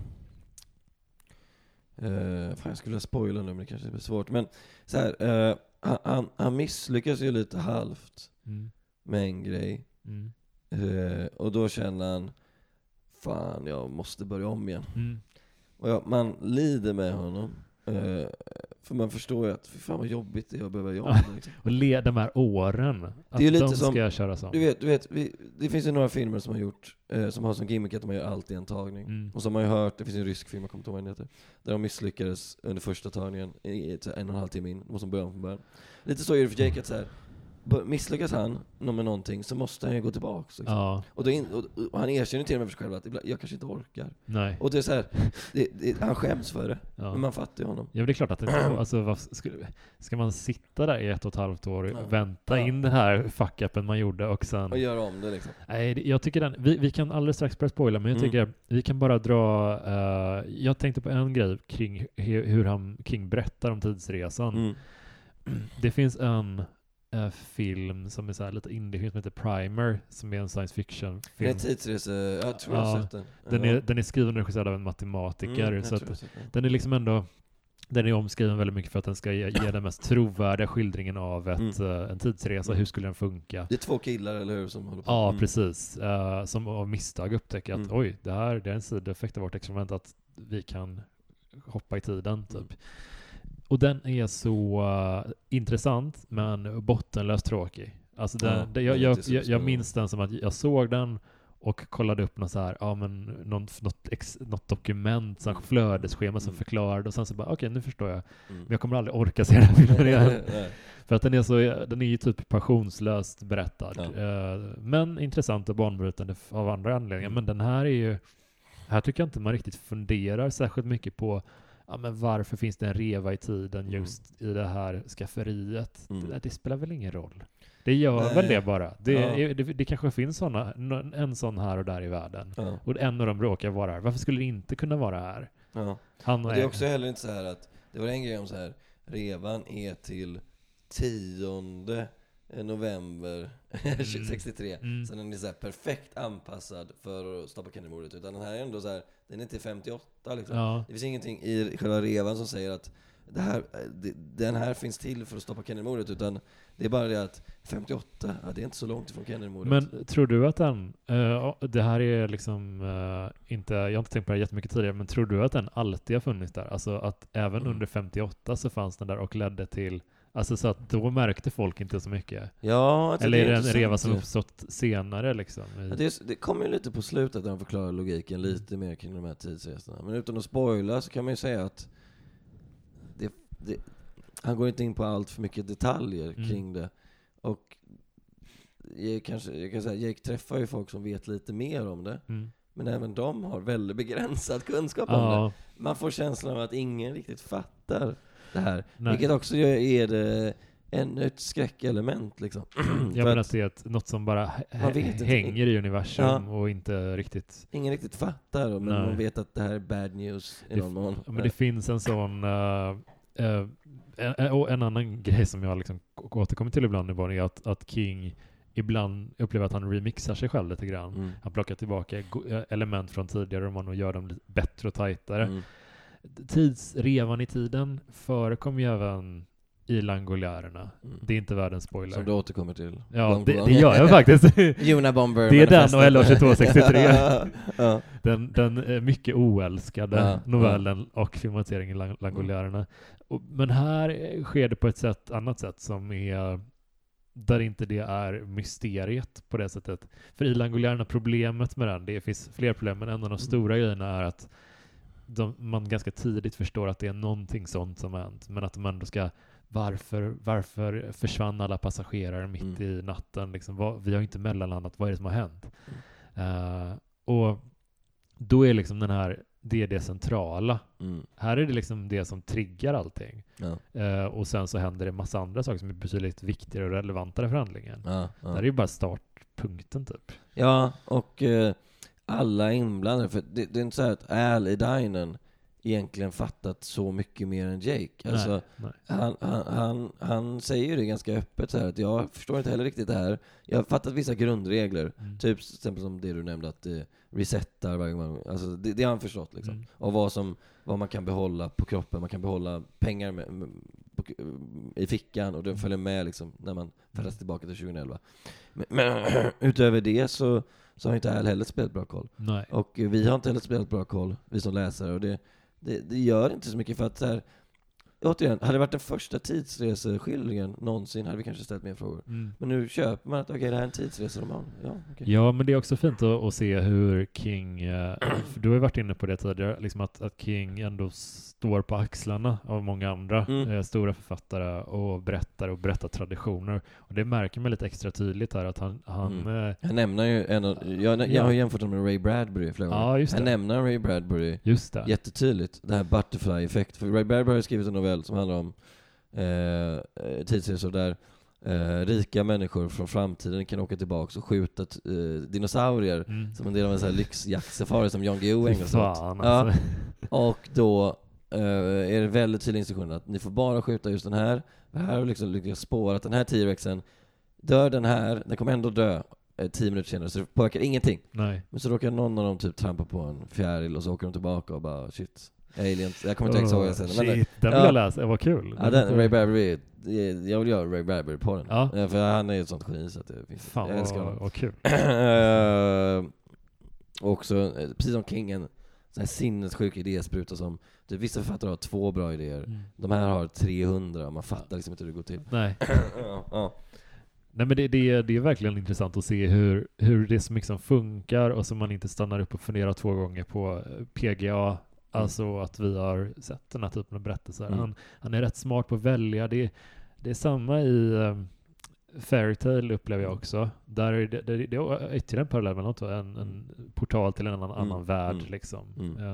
jag skulle spoila nu, men det kanske blir svårt, men så här, han misslyckas ju lite halvt med en grej. Och då känner han, fan, jag måste börja om igen. Och man lider med honom, För man förstår ju att fy fan vad jobbigt det är att behöva jobba. Liksom. Och de här åren, att det är lite de ska som, köra så. Du vet det finns ju några filmer som har gjort, som har som gimmick att man gör allt i en tagning. Och som man ju hört, det finns en rysk film, jag kommer inte ihåg vad den heter, där de misslyckades under första tagningen i 1,5 timme in, och som början från början. Lite så är det för Jake, att så här, misslyckas han med någonting så måste han ju gå tillbaka. Liksom. Ja. Och han erkänner till och med för sig själv att jag kanske inte orkar. Nej. Och det är så här, han skäms för det. Ja. Men man fattar ju honom. Ja, det är klart att det alltså, ska man sitta där i 1,5 år och vänta in den här fuck-upen man gjorde och sen... Och göra om det liksom. Nej, jag tycker vi kan alldeles strax börja spoila, men jag tycker vi kan bara dra... jag tänkte på en grej kring hur King berättar om tidsresan. Det finns en film som är så här lite indie som heter Primer, som är en science fiction film. Det är en tidsresa, jag tror jag har sett den. Den är skriven och regisserad av en matematiker, så att den är liksom ändå, den är omskriven väldigt mycket för att den ska ge den mest trovärdiga skildringen av en tidsresa. Hur skulle den funka? Det är 2 killar, eller hur, som håller på. Ja, precis. Som av misstag upptäcker att oj, det är en sidoeffekt av vårt experiment, att vi kan hoppa i tiden typ. Och den är så intressant, men bottenlöst tråkig. Alltså jag minns den som att jag såg den och kollade upp något så här, något dokument, så flödesschema som förklarade, och sen så bara okej, nu förstår jag. Men jag kommer aldrig orka se den filmen igen. För att den är ju typ passionslöst berättad. Men intressant och banbrytande av andra anledningar. Men den här är ju, här tycker jag inte man riktigt funderar särskilt mycket på men varför finns det en reva i tiden just i det här skafferiet? Det spelar väl ingen roll. Det gör väl det bara. Det kanske finns en sån här och där i världen. Och en av dem råkar vara här. Varför skulle det inte kunna vara här? Det är också heller inte så här att, det var en grej om så här, revan är till 10 november 1963. Så den är så här perfekt anpassad för att stoppa Kennedy-mordet. Utan den här är ändå så här, den är till 58 liksom. Det finns ingenting i själva revan som säger att den här finns till för att stoppa Kennedy-mordet, utan det är bara det att 58, det är inte så långt ifrån Kennedy-mordet. Men tror du att den, det här är liksom inte, jag har inte tänkt på det jättemycket tidigare, men tror du att den alltid har funnits där? Alltså att även under 58 så fanns den där och ledde till, alltså så att då märkte folk inte så mycket. Ja, eller är det en reva som uppstått senare liksom? Det kommer ju lite på slutet där de förklarar logiken lite mer kring de här tidsresorna. Men utan att spoila så kan man ju säga att han går inte in på allt för mycket detaljer kring det. Och jag kan säga, Jake träffar ju folk som vet lite mer om det. Men även de har väldigt begränsad kunskap om det. Man får känslan av att ingen riktigt fattar det här. Vilket också är det ännu ett skräckelement liksom. Jag menar att det är något som bara hänger i universum och inte riktigt... Ingen riktigt fattar, men man vet att det här är bad news i någon mån. Men det finns en sån... och en annan grej som jag liksom återkommer till ibland är att King ibland upplever att han remixar sig själv lite grann. Han plockar tillbaka element från tidigare roman och gör dem lite bättre och tajtare. Tidsrevan i tiden förekom ju även i Langoliärerna. Det är inte världens spoiler. Som du återkommer till. Ja, det gör jag faktiskt. Unabomber. Det är den och LH2263. Den mycket oälskade novellen och filmatiseringen i Langoliärerna. Men här sker det på ett annat sätt som är där inte det är mysteriet på det sättet. För i Langoliärna, problemet med den, det finns fler problem, men en av de stora grejerna är att man ganska tidigt förstår att det är någonting sånt som hänt, men att de ändå ska varför försvann alla passagerare mitt i natten liksom, vi har inte mellanlandat, vad är det som har hänt? Och då är liksom det är det centrala. Här är det liksom det som triggar allting. Och sen så händer det massa andra saker som är betydligt viktigare och relevantare för handlingen. Det här är ju bara startpunkten typ. Ja, och alla inblandade, för det är inte så här att Al i dinen egentligen fattat så mycket mer än Jake. Alltså, han säger ju det ganska öppet så här, att jag förstår inte heller riktigt det här. Jag har fattat vissa grundregler. Typ till exempel som det du nämnde, att resetar varje gång. Alltså, det har han förstått liksom. Och vad man kan behålla på kroppen. Man kan behålla pengar i fickan, och den följer med liksom, när man färdas tillbaka till 2011. Men utöver det så har inte Al heller spelat bra koll. Nej. Och vi har inte heller spelat bra koll, vi som läsare. Och det gör inte så mycket, för att så här, återigen, hade det varit den första tidsreseskildringen någonsin hade vi kanske ställt mer frågor. Men nu köper man att okej, det här är en tidsreseroman. Ja, okay. Ja, men det är också fint att se hur King, för du har ju varit inne på det tidigare, liksom att King ändå står på axlarna av många andra stora författare och berättar traditioner. Och det märker man lite extra tydligt här att han jag nämner ju jag har jämfört med Ray Bradbury flera gånger. Ja, just det. Jag nämner Ray Bradbury jättetydligt. Det här Butterfly-effekt. För Ray Bradbury har skrivit en novell som handlar om tidsresor där rika människor från framtiden kan åka tillbaka och skjuta dinosaurier som en del av en sån här lyxjaktsafari som Jan Guillou ägnar sig åt. Och då är det väldigt tydlig instruktion att ni får bara skjuta just den här. Det här har liksom lyckats spåra att den här T-rexen dör den kommer ändå dö 10 minuter senare, så det påverkar ingenting. Nej. Men så råkar någon av dem typ trampa på en fjäril och så åker de tillbaka och bara shit, aliens. Jag kommer inte exakt ihåg vad jag säger. Shit, den vill jag läsa, det var kul. Ja, Ray Bradbury, jag vill göra Ray Bradbury på den. Ja. För han är ett sånt geni så att jag älskar honom. Vad kul. Också, precis som King, en sån här sinnessjuk idéspruta som vissa författare har 2 bra idéer. De här har 300 och man fattar liksom inte hur det går till. Nej. Nej, men det är verkligen intressant att se hur det är så mycket som funkar och som man inte stannar upp och funderar 2 gånger på PGA. Alltså att vi har sett den här typen av berättelser. Han är rätt smart på att välja. Det är samma i Fairytale upplever jag också. Där det är ytterligare en parallell mellan en portal till en annan värld liksom.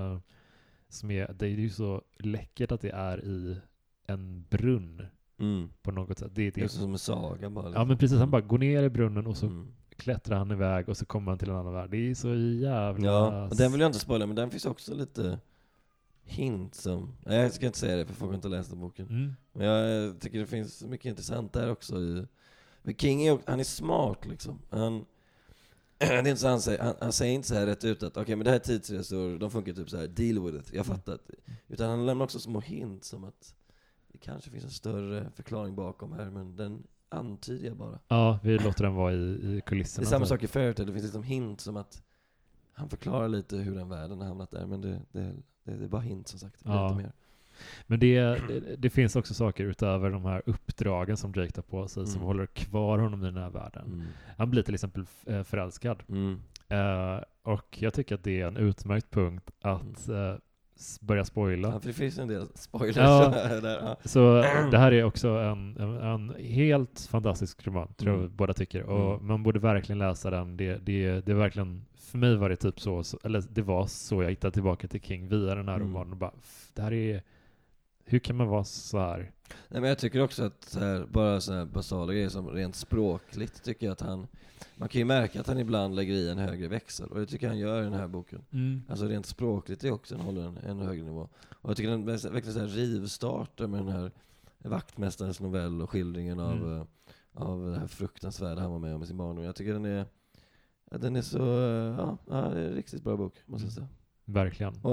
Som det är ju så läckert att det är i en brunn på något sätt. Det är som en saga bara. Ja, men precis, han bara går ner i brunnen och så klättrar han iväg och så kommer han till en annan värld. Det är så jävla... Ja, den vill jag inte spoila, men den finns också lite hint som... Nej, jag ska inte säga det för folk har inte läst den boken. Men jag tycker det finns mycket intressant där också. För King han är smart liksom. Det är inte så han säger inte så här rätt ut att okej, men det här är tidsresor, de funkar typ så här, deal with it, jag fattar. Utan han lämnar också små hint som att det kanske finns en större förklaring bakom här, men den antyder jag bara. Ja, vi låter den vara i kulisserna. Det är samma sak i Fairytale, det finns liksom hint som att han förklarar lite hur den världen har hamnat där, men det är bara hint som sagt, lite mer. Men det finns också saker utöver de här uppdragen som Jake tar på sig som håller kvar honom i den här världen. Han blir till exempel förälskad. Och jag tycker att det är en utmärkt punkt att börja spoila. Ja, för det finns en del spoilers där. Ja. Så det här är också en helt fantastisk roman, tror jag båda tycker. Och man borde verkligen läsa den. Det är verkligen, för mig var det typ så, eller det var så jag hittade tillbaka till King via den här romanen och bara, det här är... Hur kan man vara så här? Nej, men jag tycker också att bara så här basala grejer som rent språkligt tycker jag att man kan ju märka att han ibland lägger i en högre växel, och det tycker jag han gör i den här boken. Alltså rent språkligt är också håller en högre nivå. Och jag tycker den verkligen så här rivstartar med den här vaktmästarens novell och skildringen av det här fruktansvärda han var med om sin barndom. Jag tycker den är så det är en riktigt bra bok, måste jag säga. Verkligen. Och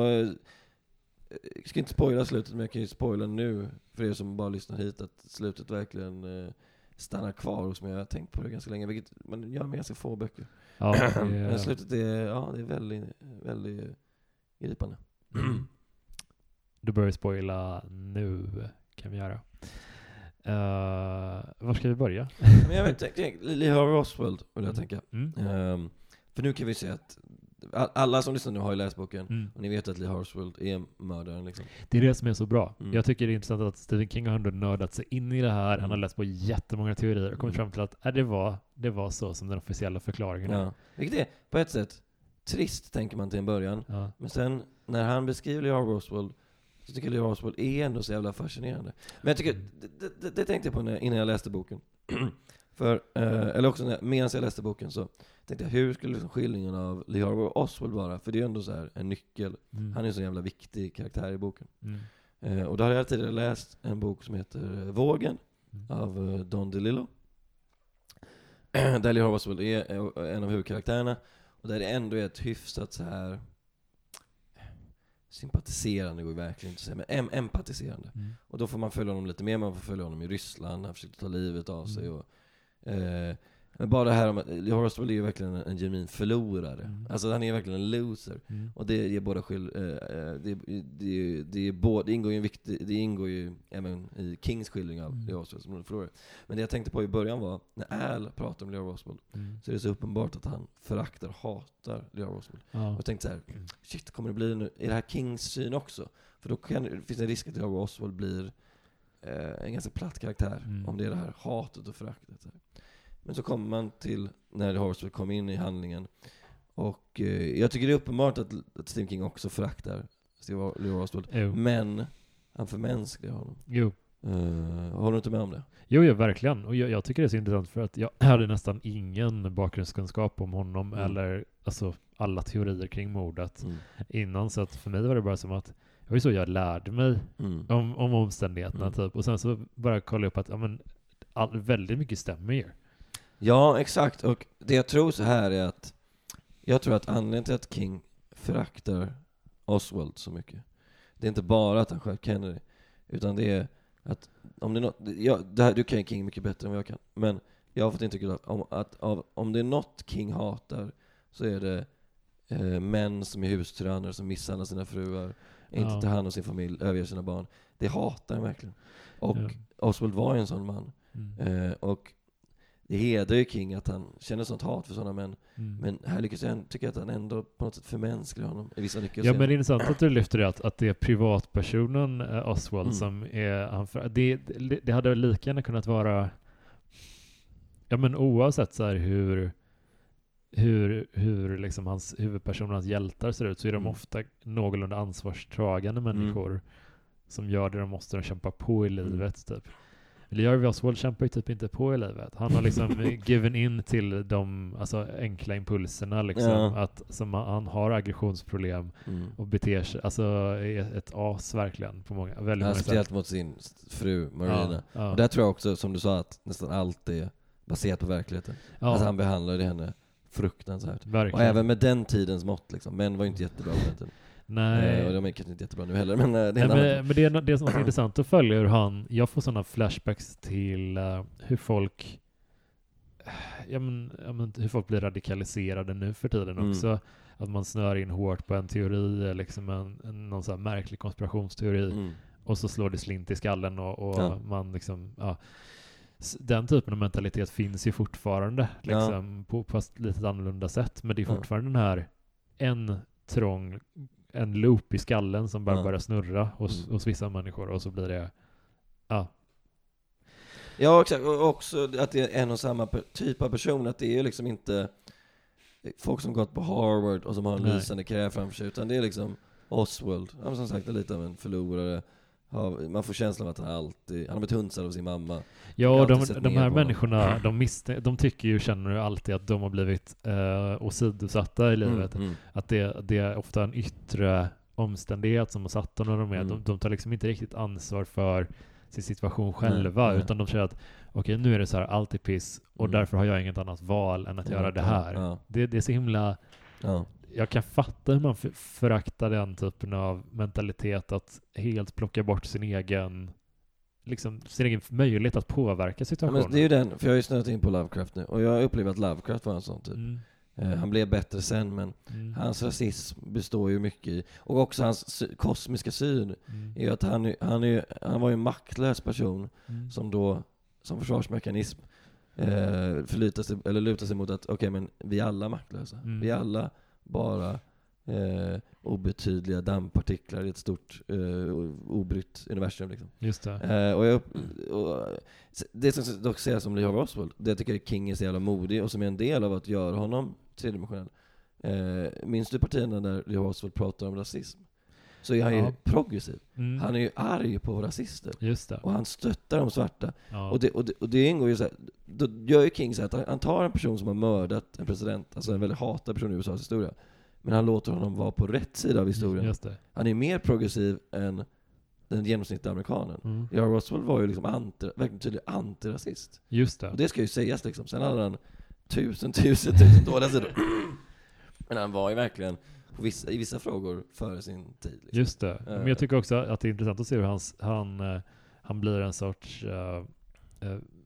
jag ska inte spoila slutet, men jag kan ju spoila nu för er som bara lyssnar hit att slutet verkligen stannar kvar hos mig. Jag har tänkt på det ganska länge, vilket man gör med ganska få böcker. Ja, men slutet det är väldigt, väldigt gripande. Du börjar spoila nu, kan vi göra. Var ska vi börja? Men jag vet, Lee Harvey Oswald vill jag tänka. För nu kan vi se att alla som lyssnar nu har ju läst boken och ni vet att Lee Harvey Oswald är mördaren liksom. Det är det som är så bra. Jag tycker det är intressant att Stephen King har ändå nördat sig in i det här. Han har läst på jättemånga teorier och kommit fram till att det var så som den officiella förklaringen är. Vilket är på ett sätt trist, tänker man till en början. Men sen när han beskriver Lee Harvey Oswald så tycker jag Lee Harvey Oswald är ändå så jävla fascinerande. Men jag tycker, det tänkte jag på innan jag läste boken. Eller också medan jag läste boken så tänkte jag, hur skulle liksom skildringen av Lee Harvey Oswald vara? För det är ändå så här en nyckel. Han är en så jävla viktig karaktär i boken. Och då har jag tidigare läst en bok som heter Vågen av Don DeLillo. Där Lee Harvey Oswald är en av huvudkaraktärerna. Och där det ändå är ett hyfsat så här sympatiserande, går verkligen inte att säga, men empatiserande. Och då får man följa honom lite mer, man får följa honom i Ryssland, han försökte ta livet av sig och Men bara det här om att Lee Oswald är ju verkligen en genuin förlorare. Alltså han är verkligen en loser. Och det ger båda det ingår ju en viktig, det ingår ju även i Kings skildring av Lee Oswald som förlorare. Men det jag tänkte på i början var, när Al pratar om Lee Oswald, så är det så uppenbart att han hatar Lee Oswald. Och jag tänkte så här, shit, kommer det bli nu, är det här Kings syn också? För då finns det en risk att Lee Oswald blir en ganska platt karaktär, om det är det här hatet och föraktet. Så här. Men så kommer man till när Lee Oswald kommer in i handlingen, och jag tycker det är uppenbart att Stephen King också föraktar Lee Oswald, men han förmänskligar honom. Håller du inte med om det? Jo, verkligen. Och jag tycker det är så intressant, för att jag hade nästan ingen bakgrundskunskap om honom eller alltså alla teorier kring mordet innan, så att för mig var det bara som att det var ju så jag lärde mig om omständigheterna typ. Och sen så bara kolla upp att väldigt mycket stämmer ju. Ja, exakt. Och det jag tror så här är att jag tror att anledningen till att King föraktar Oswald så mycket, det är inte bara att han sköt Kennedy, utan det är att om det är något, du kan ju King mycket bättre än vad jag kan, men jag har fått intrycket att om det är något King hatar, så är det män som är hustyranner, som misshandlar sina fruar, inte tar hand om sin familj, överger sina barn. Det hatar han verkligen. Och Oswald var ju en sån man. Och det hedrar ju King att han känner sånt hat för sådana män. Men här lyckas jag tycka att han ändå på något sätt förmänskligar honom i vissa nyckeln. Ja, men det är intressant att du lyfter det, att det är privatpersonen Oswald som är... Det hade lika gärna kunnat vara... Ja, men oavsett så här hur liksom hans huvudpersonernas hjältar ser ut, så är de ofta någorlunda ansvarstagande människor som gör det de måste, kämpa på i livet typ. Lee Oswald kämpar ju typ inte på i livet. Han har liksom given in till de enkla impulserna liksom, han har aggressionsproblem och beter sig, är ett as verkligen på många speciellt mot sin fru Marina. Och där tror jag också, som du sa, att nästan allt är baserat på verkligheten. Alltså han behandlar henne fruktansvärt. Verkligen. Och även med den tidens mått liksom. Män var ju inte jättebra på den tiden. Nej. Och de är kanske inte jättebra nu heller, men det är det är något intressant att följa hur jag får sådana flashbacks till hur folk hur folk blir radikaliserade nu för tiden också. Att man snör in hårt på en teori, liksom någon sån här märklig konspirationsteori, och så slår det slint i skallen och man liksom den typen av mentalitet finns ju fortfarande liksom, på ett lite annorlunda sätt, men det är fortfarande den här en loop i skallen som bara börjar snurra hos vissa människor, och så blir det Ja, exakt. Och också att det är en och samma typ av person, att det är liksom inte folk som gått på Harvard och som har en lysande karriär framför sig, utan det är liksom Oswald. Han som sagt är lite av en förlorare. Man får känslan av att han har blivit hunsad av sin mamma. Ja, och de här människorna, de tycker ju, känner ju alltid att de har blivit åsidosatta i livet. Att det är ofta en yttre omständighet som har satt dem när de är. De tar liksom inte riktigt ansvar för sin situation själva, utan de säger att okej, nu är det så här, allt är piss, och därför har jag inget annat val än att göra det här. Det är så himla... Jag kan fatta hur man föraktar den typen av mentalitet, att helt plocka bort sin egen möjlighet att påverka situationen. Men det är ju den, för jag har ju snöat in på Lovecraft nu, och jag upplever att Lovecraft var en sån typ. Han blev bättre sen, men hans rasism består ju mycket i, och också hans kosmiska syn är ju att han var ju en maktlös person som då som försvarsmekanism lutar sig mot att okej, men vi är alla maktlösa. Vi är alla bara obetydliga dammpartiklar i ett stort obrytt universum liksom. Just det. Och det som dock sägs som Lee Oswald, det jag tycker King är så jävla modig, och som är en del av att göra honom tredimensionell. Minns du partierna där Lee Oswald pratar om rasism? Så är han ju progressiv. Han är ju arg på rasister. Just det. Och han stöttar de svarta. Och det ingår ju så här, då gör ju King så att han tar en person som har mördat en president, alltså en väldigt hatad person i USAs historia, men han låter honom vara på rätt sida av historien. Just det. Han är mer progressiv än den genomsnittliga amerikanen. Lee Oswald var ju liksom verkligen tydlig antirasist. Just det. Och det ska ju sägas liksom. Sen hade han tusen dåliga sidor. Men han var ju verkligen i vissa frågor före sin tid. Liksom. Just det. Men jag tycker också att det är intressant att se hur han blir en sorts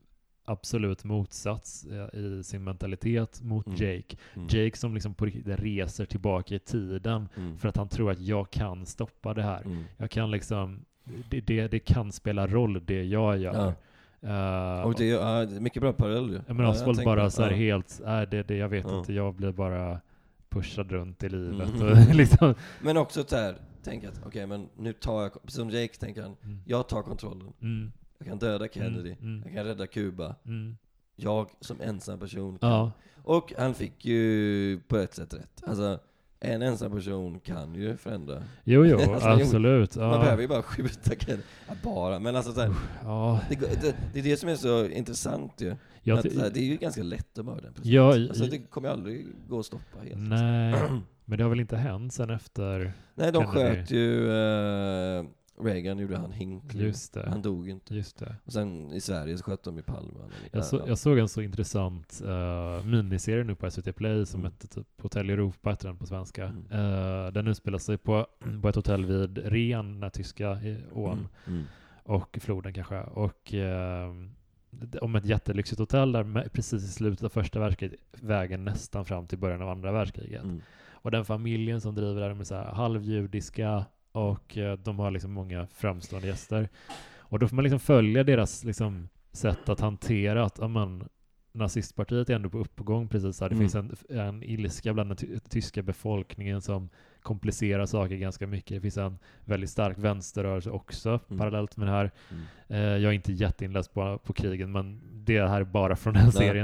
absolut motsats i sin mentalitet mot Jake. Jake som liksom på riktigt reser tillbaka i tiden för att han tror att jag kan stoppa det här. Jag kan liksom, det kan spela roll det jag gör. Och det är mycket bra parallell. Men Oswald bara så här helt, det jag vet inte, jag blir bara pushad runt i livet. Och liksom. Men också så här, tänk att okej, men nu tar jag, precis som Jake tänker han, jag tar kontrollen. Jag kan döda Kennedy, jag kan rädda Kuba. Jag som ensam person kan. Och han fick ju på ett sätt rätt. Alltså, en ensam person kan ju förändra. Jo, alltså, absolut. Man behöver ju bara skjuta Kennedy. Men alltså så här, det är det som är så intressant ju. Att, det är ju ganska lätt att mörda en person. Alltså, det kommer aldrig gå att stoppa helt. Nej, men det har väl inte hänt sen efter. Nej, de sköt ju Reagan, gjorde han Hinckley. Just det. Han dog inte. Just det. Och sen i Sverige så sköt de i Palme. Jag såg en så intressant miniserie nu på SVT Play som hette typ Hotell Europa, heter den på svenska. Den utspelar sig på ett hotell vid Ren, den tyska ån och floden kanske. Och om ett jättelyxigt hotell där precis i slutet av första världskriget, vägen nästan fram till början av andra världskriget. Och den familjen som driver där, de är så här halvjudiska och de har liksom många framstående gäster. Och då får man liksom följa deras liksom sätt att hantera att nazistpartiet är ändå på uppgång precis så här. Det finns en ilska bland den tyska befolkningen som komplicerar saker ganska mycket. Det finns en väldigt stark vänsterrörelse också parallellt med det här. Jag är inte jätteinläst på krigen, men det här är bara från den serien.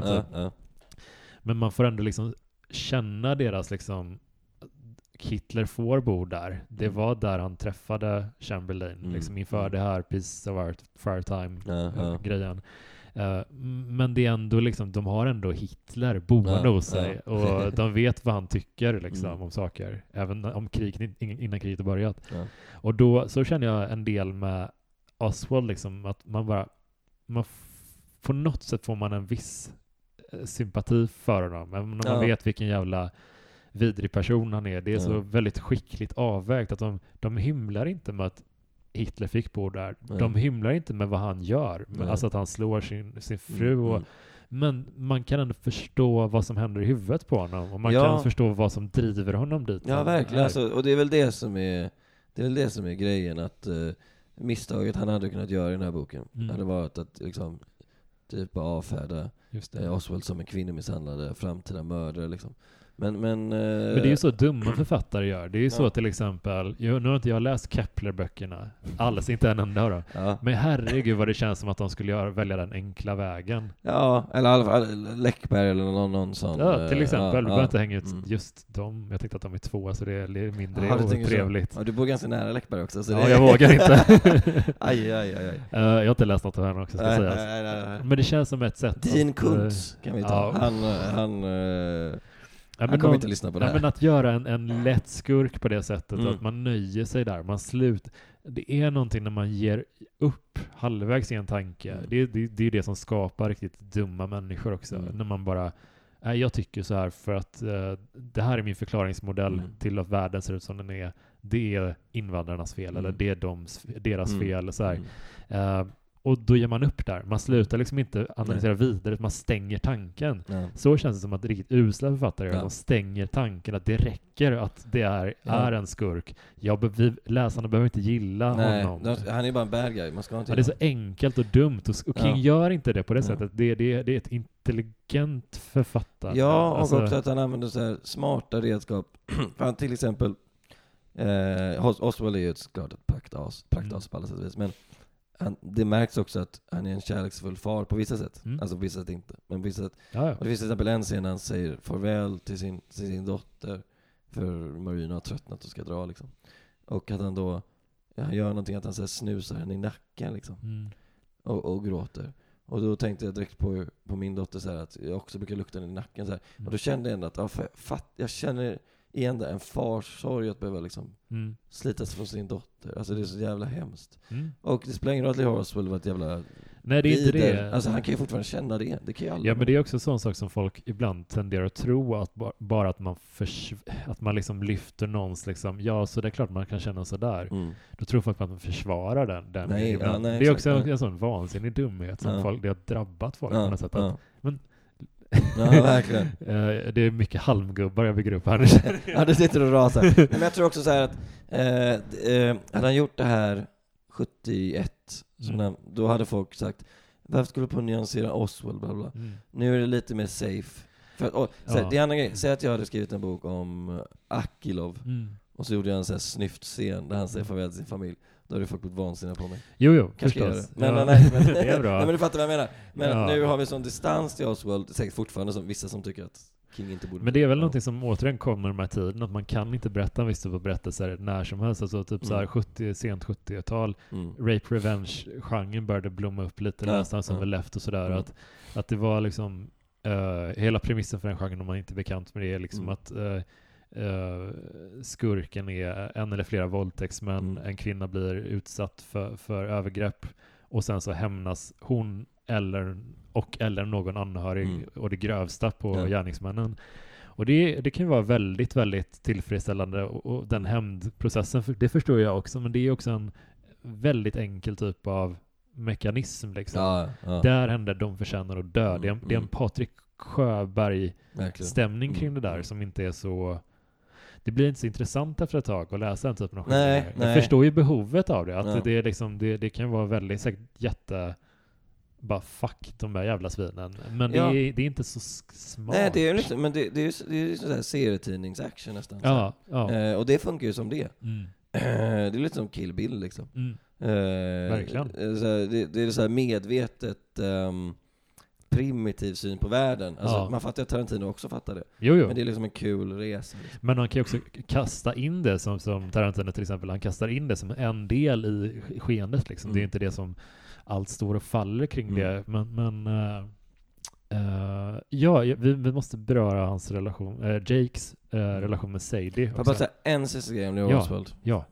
Men man får ändå liksom känna deras liksom, Hitler får bo där. Det var där han träffade Chamberlain liksom inför det här Peace of Art Firetime-grejen. Men det är ändå liksom, de har ändå Hitler boende hos sig och de vet vad han tycker liksom om saker, även om innan kriget har börjat. Och då så känner jag en del med Oswald liksom, att man på något sätt får man en viss sympati för honom, även om man vet vilken jävla vidrig person han är. Det är så väldigt skickligt avvägt att de hymlar inte med att Hitler fick bo där. De hymlar inte med vad han gör. Alltså att han slår sin fru. Men man kan ändå förstå vad som händer i huvudet på honom. Och man kan förstå vad som driver honom dit. Ja, verkligen. Alltså, och det är väl det som är grejen. Att misstaget han hade kunnat göra i den här boken hade varit att liksom, typ avfärda Oswald som en kvinnomisshandlare, framtida mördare liksom. Men det är ju så dumma författare gör. Det är ju så till exempel, nu har inte jag läst Kepler-böckerna alls, inte en enda då. Men herregud vad det känns som att de skulle välja den enkla vägen. Ja, eller i alla fall Läckberg eller någon sån. Ja, till exempel. Du behöver inte hänga ut just dem. Jag tänkte att de är två, så det är mindre otrevligt. Ja, du bor ganska nära Läckberg också. Så jag vågar inte. aj. Jag har inte läst något av henne också, ska sägas. Nej. Men det känns som ett sätt Dean Kuntz kan vi ta. Han kommer inte lyssna på det här. Men att göra en lätt skurk på det sättet, att man nöjer sig där. Det är någonting när man ger upp halvvägs i en tanke. Det är det som skapar riktigt dumma människor också. När man bara, jag tycker så här för att det här är min förklaringsmodell till att världen ser ut som den är. Det är invandrarnas fel, eller det är deras fel. Så här. Och då ger man upp där. Man slutar liksom inte analysera vidare, man stänger tanken. Så känns det som att riktigt usla författare gör. De stänger tanken att det räcker att det är en skurk. Läsarna behöver inte gilla honom. Han är bara en bad guy. Man ska inte det är så enkelt och dumt. Och King gör inte det på det sättet. Det är ett intelligent författare. Ja, och också att han använder så här smarta redskap. Han till exempel Oswald är ju klart ett praktas på alla sätt och vis. Men det märks också att han är en kärleksfull far på vissa sätt. Alltså på vissa sätt inte. Men på vissa sätt. Och det finns till exempel en scen när han säger farväl till sin dotter för Marina har tröttnat och ska dra liksom. Och att han då han gör någonting att han så här, snusar henne i nacken liksom. Och gråter. Och då tänkte jag direkt på min dotter så här, att jag också brukar lukta henne i nacken så här. Och då kände jag ändå att jag känner igen det, en fars sorg att behöva liksom slitas från sin dotter. Alltså det är så jävla hemskt. Och det spelar ingen roll att Lee Oswald var ett jävla Nej, det är inte det. Alltså han kan ju fortfarande känna det. Det kan ju alla. Ja, men det är också en sån sak som folk ibland tenderar att tro, att bara att man liksom lyfter någons liksom, ja, så det är klart man kan känna så där. Då tror folk att man försvarar den. Nej, nej, det är också en sån vansinnig dumhet som folk, det har drabbat folk på något sätt. Men ja, verkligen. Det är mycket halmgubbar jag bygger upp här. Ja, det sitter och rasar. Men jag tror också så här att hade han gjort det här 71, då hade folk sagt, varför skulle du på nyansera Oswald, bla bla. Nu är det lite mer safe. För, det är andra grej. Säg att jag hade skrivit en bok om Akilov, och så gjorde jag en sån här snyftscen där han säger farväl till sin familj. Då hade folk blivit vansinniga på mig. Jo, kanske förstås. Men det är bra. Nej, men du fattar vad jag menar. Men nu har vi sån distans till Oswald, säkert fortfarande som vissa som tycker att King inte borde. Men det är väl någonting som återigen kommer med tiden, att man kan inte berätta en viss typ av berättelser när som helst. Alltså typ så här sent 70-tal, rape revenge-genren började blomma upp lite någonstans som väl left och sådär. Att det var liksom hela premissen för den genren, om man inte är bekant med det, är liksom att skurken är en eller flera våldtäktsmän, en kvinna blir utsatt för övergrepp, och sen så hämnas hon eller någon anhörig och det grövsta på gärningsmännen. Och det kan ju vara väldigt, väldigt tillfredsställande, och den hämndprocessen, det förstår jag också, men det är också en väldigt enkel typ av mekanism liksom. Där händer de förtjänar att dö. Det är en Patrik Sjöberg-stämning kring det där som inte är så... Det blir inte så intressant efter ett tag att läsa den typen av skildringar. Jag förstår ju behovet av det. Att det är liksom, det kan vara väldigt säkert bara fuck de där jävla svinen. Men det är inte så smart. Nej, det är liksom, men det är sådär serietidningsaction nästan. Och det funkar ju som det. Det är lite som Kill Bill liksom. Verkligen. Det är så här medvetet primitiv syn på världen. Alltså, man fattar att Tarantino också fattar det. Jo. Men det är liksom en kul resa. Liksom. Men man kan ju också kasta in det som Tarantino till exempel. Han kastar in det som en del i skeendet. Liksom. Det är inte det som allt står och faller kring det. Men vi måste beröra hans relation, Jakes relation med Sadie. Jag bara säga en sista grej om Leo Oswald. Ja.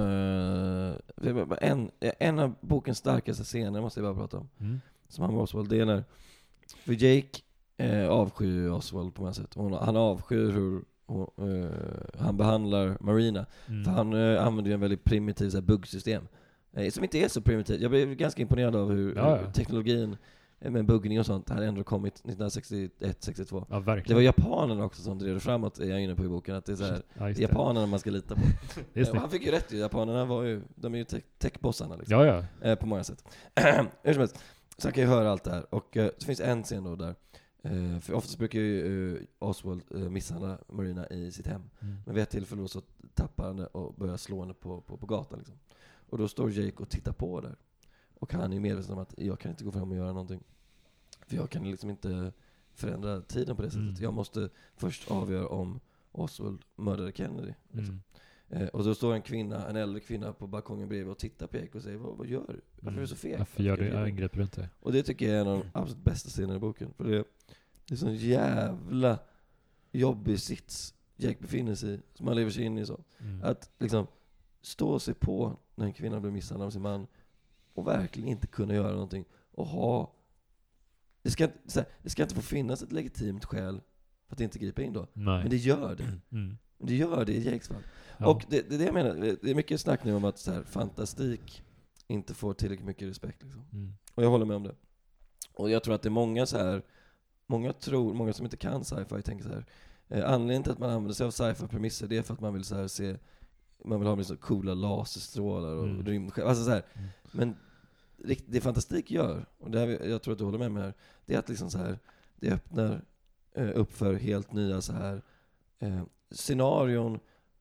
En av bokens starkaste scener måste jag bara prata om. Som han med Oswald, det är när för Jake avskyr Oswald på något sätt. Han avskyr hur han behandlar Marina. För han använder ju en väldigt primitiv så här, buggsystem som inte är så primitivt. Jag blev ganska imponerad av hur teknologin med buggning och sånt hade ändå kommit 1961-62. Ja, det var japanerna också som drev det framåt, är jag inne på i boken, att det är så här, det är japanerna man ska lita på. Han fick ju rätt, japanerna de är ju tech-bossarna liksom, på många sätt. Hur som helst, så han kan ju höra allt det här. Och så finns en scen då där, för oftast brukar ju Oswald misshandla Marina i sitt hem. Men vid ett tillfälle så tappar han det och börjar slå henne på gatan liksom. Och då står Jake och tittar på där. Och han är medveten om att jag kan inte gå fram och göra någonting. För jag kan liksom inte förändra tiden på det sättet. Jag måste först avgöra om Oswald mördade Kennedy. Liksom. Och då står en äldre kvinna på balkongen bredvid och tittar på Jake och säger, vad gör du? Varför är du så feg? Varför gör du angrepp runt det? Och det tycker jag är en av de absolut bästa scenerna i boken. För det är sån jävla jobbig sits Jake befinner sig i, som han lever sig in i så. Att liksom stå och se på när en kvinna blir misshandlad av sin man och verkligen inte kunna göra någonting och ha... Det ska inte få finnas ett legitimt skäl för att inte gripa in då. Nej. Men det gör det. Det gör det i Jakes fall. Ja. Och det är det jag menar. Det är mycket snack nu om att så här, fantastik inte får tillräckligt mycket respekt. Liksom. Och jag håller med om det. Och jag tror att det är många så här... Många som inte kan sci-fi tänker så här. Anledningen till att man använder sig av sci-fi-premisser, det är för att man vill så här se... Man vill ha så coola laserstrålar och rymdskepp. Alltså så här. Men det fantastik gör, och det här, jag tror att du håller med mig här, det är att liksom så här, det öppnar upp för helt nya så här scenarion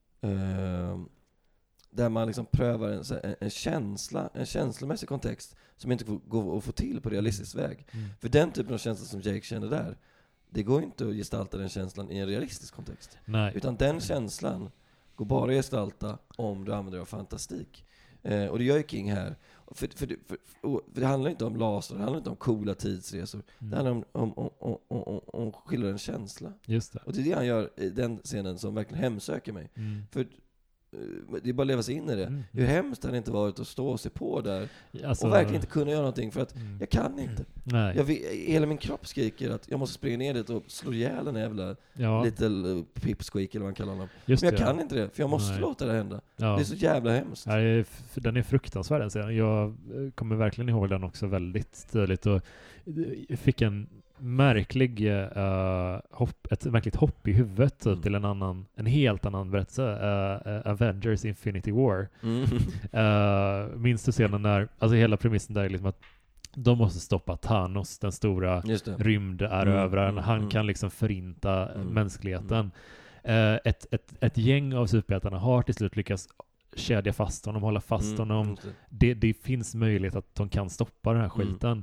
där man liksom prövar en känslomässig kontext som inte går att få till på realistisk väg. För den typen av känsla som Jake känner där, det går inte att gestalta den känslan i en realistisk kontext. Nej. Utan den känslan går bara att gestalta om du använder av fantastik. Och det gör ju King här. För det handlar inte om laser, det handlar inte om coola tidsresor. Det handlar om skildra en känsla. Just det. Och det är det han gör i den scenen som verkligen hemsöker mig. För det är bara att leva sig in i det. Hur hemskt hade det inte varit att stå och se på där Alltså, och verkligen inte kunna göra någonting för att jag kan inte. Nej. Hela min kropp skriker att jag måste springa ner dit och slå ihjäl en jävla little pipsqueak eller vad man kallar honom. Men jag kan inte det, för jag måste låta det hända. Det är så jävla hemskt. Den är fruktansvärd. Alltså. Jag kommer verkligen ihåg den också väldigt tydligt och fick en märklig ett märkligt hopp i huvudet typ, till en helt annan berättelse, Avengers Infinity War. Minns du scenen när, alltså hela premissen där är liksom att de måste stoppa Thanos, den stora rymdärövraren. Han kan liksom förinta mänskligheten. Ett gäng av superhjältarna har till slut lyckats kedja fast honom, hålla fast honom. Det finns möjlighet att de kan stoppa den här skiten.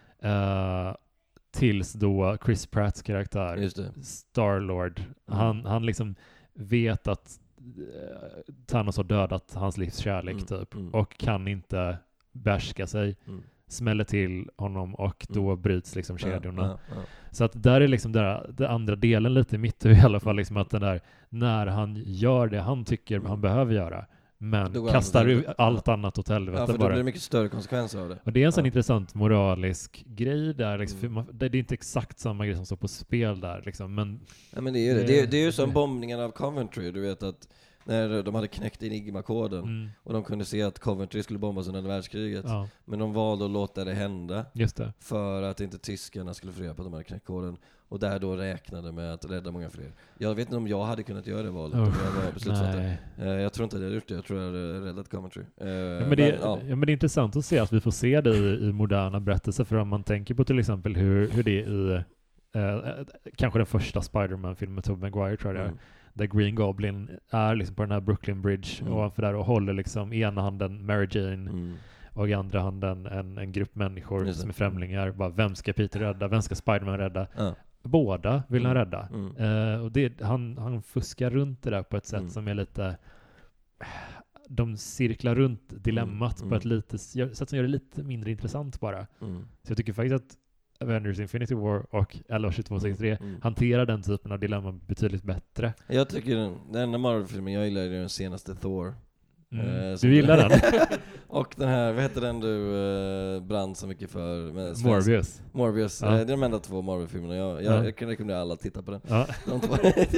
Tills då Chris Pratts karaktär Star-Lord han liksom vet att Thanos har dödat hans livs kärlek typ och kan inte bärska sig, smäller till honom och då bryts liksom kedjorna. Så att där är liksom den andra delen lite i mitt i alla fall, liksom att den där, när han gör det han tycker han behöver göra, men kastar ut allt annat åt helvete. För då blir det mycket större konsekvenser av det. Och det är en sån intressant moralisk grej där. Liksom, det är inte exakt samma grej som står på spel där. Liksom, men det är ju det är ju som bombningen av Coventry. Du vet att när de hade knäckt Enigma-koden och de kunde se att Coventry skulle bombas under världskriget. Men de valde att låta det hända. Just det. För att inte tyskarna skulle få reda på att de hade knäckt koden. Och där då räknade med att rädda många fler. Jag vet inte om jag hade kunnat göra det valet. Jag tror inte det hade gjort det. Jag tror jag hade räddat Coventry. Men det är intressant att se att vi får se det i moderna berättelser. För om man tänker på till exempel hur det är i kanske den första Spider-Man-filmen med Tobey Maguire, tror jag det är. Där Green Goblin är liksom på den här Brooklyn Bridge ovanför där och håller liksom i ena handen Mary Jane och i andra handen en grupp människor som är främlingar. Bara, vem ska Peter rädda? Vem ska Spider-Man rädda? Båda vill han rädda. Och han fuskar runt det där på ett sätt som är lite... De cirklar runt dilemmat på ett lite sätt som gör det lite mindre intressant bara. Så jag tycker faktiskt att Avengers Infinity War och 11/22/63 hanterar den typen av dilemma betydligt bättre. Jag tycker den enda Marvel-filmen jag gillar är den senaste Thor. Du gillar den? Och den här, vad heter den du brann så mycket för? Morbius. Det är de enda 2 Marvel-filmerna. Jag kan rekommendera alla att titta på den. De 2.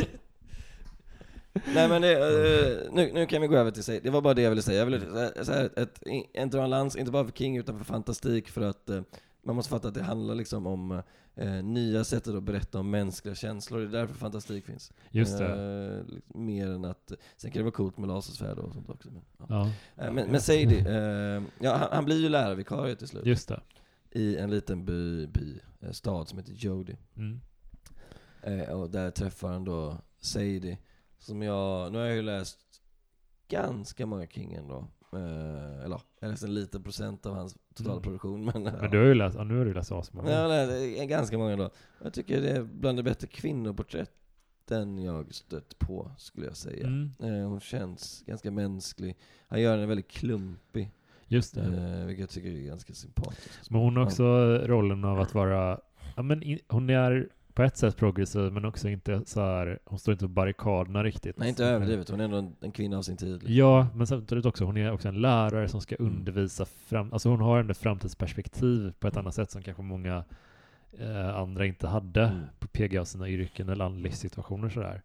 Nej men nu kan vi gå över till sig. Det var bara det jag ville säga. Jag ville säga en lans, inte bara för King utan för fantastik, för att man måste fatta att det handlar liksom om nya sätt att berätta om mänskliga känslor. Det är därför fantastik finns. Just det. Mer än att... Sen kan det vara coolt med lasersvärd och sånt också. Men säg det. Han blir ju lärarvikarie till slut. Just det. I en liten stad som heter Jody. Och där träffar han då Sadie. Nu har jag ju läst ganska många King ändå. Eller jag läste en liten procent av hans totala produktion. Men du har ju läst, nu har du läst asmånga. Ja, det är ganska många då. Jag tycker det är bland de bättre kvinnoporträtten jag stött på, skulle jag säga. Hon känns ganska mänsklig. Han gör den väldigt klumpig. Just det. Vilket jag tycker är ganska sympatiskt. Men hon har också rollen av att vara... hon är på ett sätt progressiv, men också inte så här... Hon står inte på barrikaderna riktigt. Nej, inte överdrivet. Hon är ändå en kvinna av sin tid. Liksom. Ja, men samtidigt också. Hon är också en lärare som ska undervisa alltså hon har en framtidsperspektiv på ett annat sätt som kanske många andra inte hade på PG av sina yrken eller andra livssituationer sådär.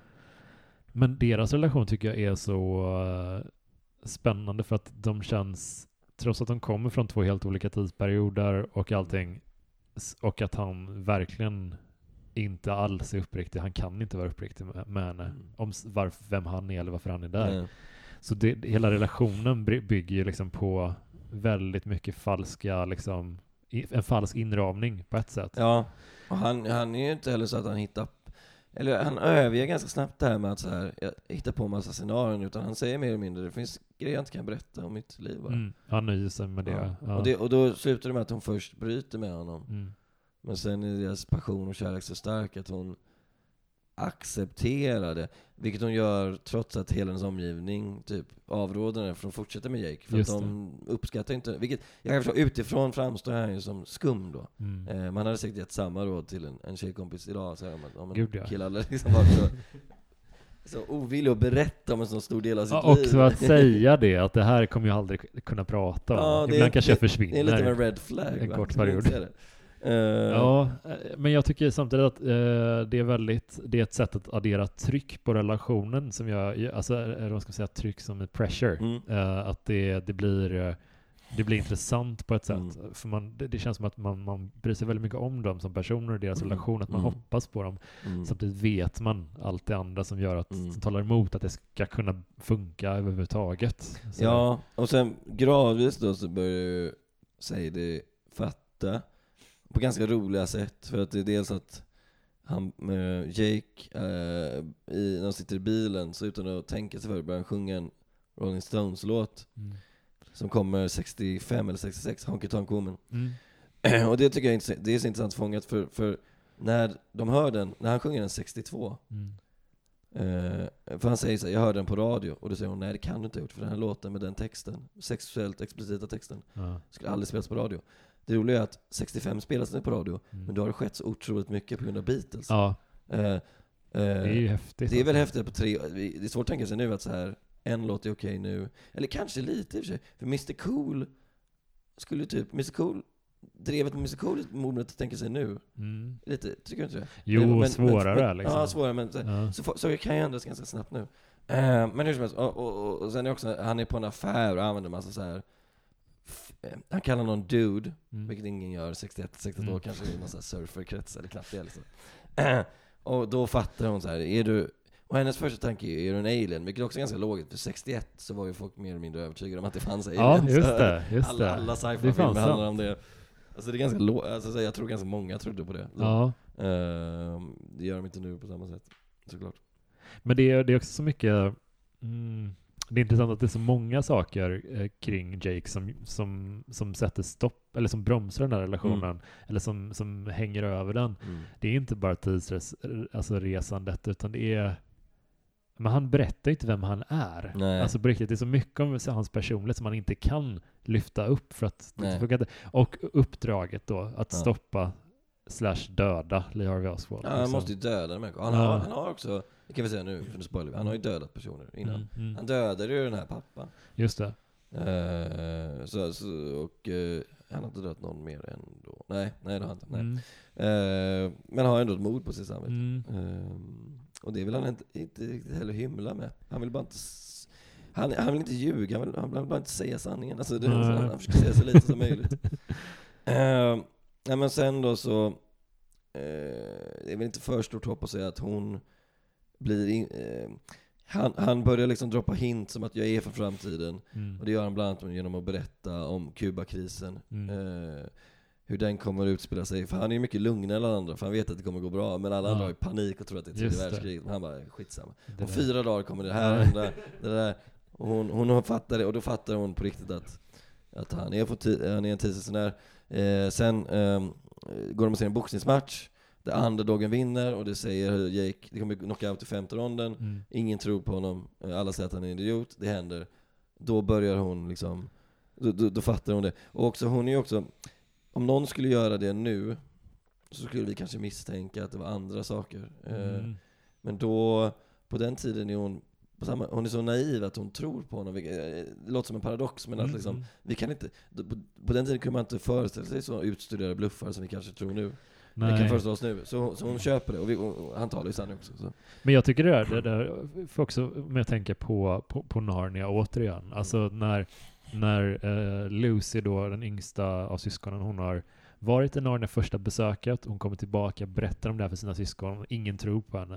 Men deras relation tycker jag är så spännande, för att de känns, trots att de kommer från 2 helt olika tidsperioder och allting, och att han verkligen inte alls är uppriktig. Han kan inte vara uppriktig med henne om vem han är eller varför han är där. Så hela relationen bygger ju liksom på väldigt mycket falska liksom, en falsk inramning på ett sätt. Ja, och han är ju inte heller så att han hittar, eller han överger ganska snabbt det här med att så här, jag hittar på en massa scenarion, utan han säger mer eller mindre, det finns grejer jag inte kan berätta om mitt liv. Han nöjer sig med det. Ja. Och då slutar det med att hon först bryter med honom. Men sen är deras passion och kärlek så stark att hon accepterar det. Vilket hon gör trots att hela hennes omgivning typ avråder henne från att fortsätta med Jake. För att de uppskattar inte, vilket jag kan förstå, utifrån framstår han ju som skum då. Man hade säkert gett samma råd till en tjejkompis idag. Så här, om en kille hade liksom varit så. så ovillig att berätta om en så stor del av sitt liv. Och så att säga det, att det här kommer jag aldrig kunna prata om. Ja, Ibland kanske jag försvinner. Det är lite av en red flag. En kort period. Ja, men jag tycker samtidigt att det är ett sätt att addera tryck på relationen som eller vad ska man säga, tryck som är pressure. Att det blir intressant på ett sätt. För det känns som att man bryr sig väldigt mycket om dem som personer och deras relation, att man hoppas på dem. Samtidigt vet man allt det andra som gör som talar emot att det ska kunna funka överhuvudtaget. Så. Ja, och sen gradvis då så börjar ju det fatta på ganska roliga sätt. För att det är dels att Jake när de sitter i bilen, så utan att tänka sig för börjar han sjunga en Rolling Stones-låt som kommer 65 eller 66, Honky Tonk Woman. Och det tycker jag det är så intressant fångat, för när de hör den, när han sjunger den 62, för han säger så här, jag hörde den på radio, och då säger hon, nej det kan du inte ha gjort, för den här låten med den texten, sexuellt explicita texten, skulle aldrig spelas på radio. Det roliga är att 65 spelas nu på radio, men då har det skett så otroligt mycket på grund av Beatles. Ja. Det är ju häftigt. Det är väl häftigt på det är svårt att tänka sig nu att så här, en låt är okej nu, eller kanske lite i och för sig, för Mr. Cool skulle typ, Mr. Cool drevet med Mr. Cool modet att tänka sig nu. Lite, tycker du inte det? Jo, men, svårare liksom. Ja, svårare, men så kan jag ändras ganska snabbt nu. Men hur som helst, och sen är också, han är på en affär och använder massa så här. Han kallar någon dude, vilket ingen gör 61-62, kanske i en massa surferkretsar, eller knappt det liksom. Och då fattar hon så här, och hennes första tanke är du en alien, vilket också är ganska logiskt, för 61 så var ju folk mer eller mindre övertygade om att det fanns aliens. Ja, just det. Alla sci-fi-filmer handlar om det. Alltså det är ganska jag tror ganska många trodde på det. Ja. Det gör de inte nu på samma sätt, såklart. Men det är också så mycket det är intressant att det är så många saker kring Jake som sätter stopp, eller som bromsar den här relationen, eller som hänger över den. Det är inte bara tidsresandet, utan det är, men han berättar inte vem han är. Nej. Alltså på riktigt, det är så mycket om hans personlighet som man inte kan lyfta upp för att det funkar inte. Och uppdraget då, att stoppa / döda Lee Harvey Oswald. Ja, han måste ju döda människor. Han har också, det kan vi säga nu för att spoila, han har ju dödat personer innan. Han dödade ju den här pappan. Just det. Han har inte dödat någon mer än då. Nej, det har han inte. Nej. Men har ändå ett mord på sitt samvete. Och det vill han inte heller hymla med. Han vill bara inte han vill inte ljuga, han vill bara inte säga sanningen. Alltså han försöker säga så lite som möjligt. Men sen då så det är väl inte för stort hopp att säga att hon blir han börjar liksom droppa hint som att jag är för framtiden. Och det gör han bland annat genom att berätta om Kubakrisen. Hur den kommer att utspela sig. För han är ju mycket lugnare än alla andra, för han vet att det kommer gå bra. Men alla andra har ju panik och tror att det är tredje världskriget. Men han bara, skitsamma. Om 4 dagar kommer det här hända. Det där. Och hon fattar det, och då fattar hon på riktigt att han är en tidsresenär. Sen går de och ser en boxningsmatch där underdogen vinner, och det säger Jake, det kommer knockout i 5:e ronden. Ingen tror på honom, alla säger att han är en idiot. Det händer. Då börjar hon liksom, då fattar hon det. Och också, hon är ju också, om någon skulle göra det nu så skulle vi kanske misstänka att det var andra saker. Men då, på den tiden är hon är så naiv att hon tror på honom. Det låter som en paradox, men att liksom, vi kan inte, på den tiden kunde man inte föreställa sig så utstuderade bluffar som vi kanske tror nu. Vi kan föreställa oss nu. Så hon köper det, och han talar ju sanning också. Så. Men jag tycker det där får också med att tänka på Narnia återigen. Alltså när Lucy då, den yngsta av syskonen, hon har varit i Narnia första besöket, hon kommer tillbaka, berättar om det här för sina syskon, ingen tror på henne.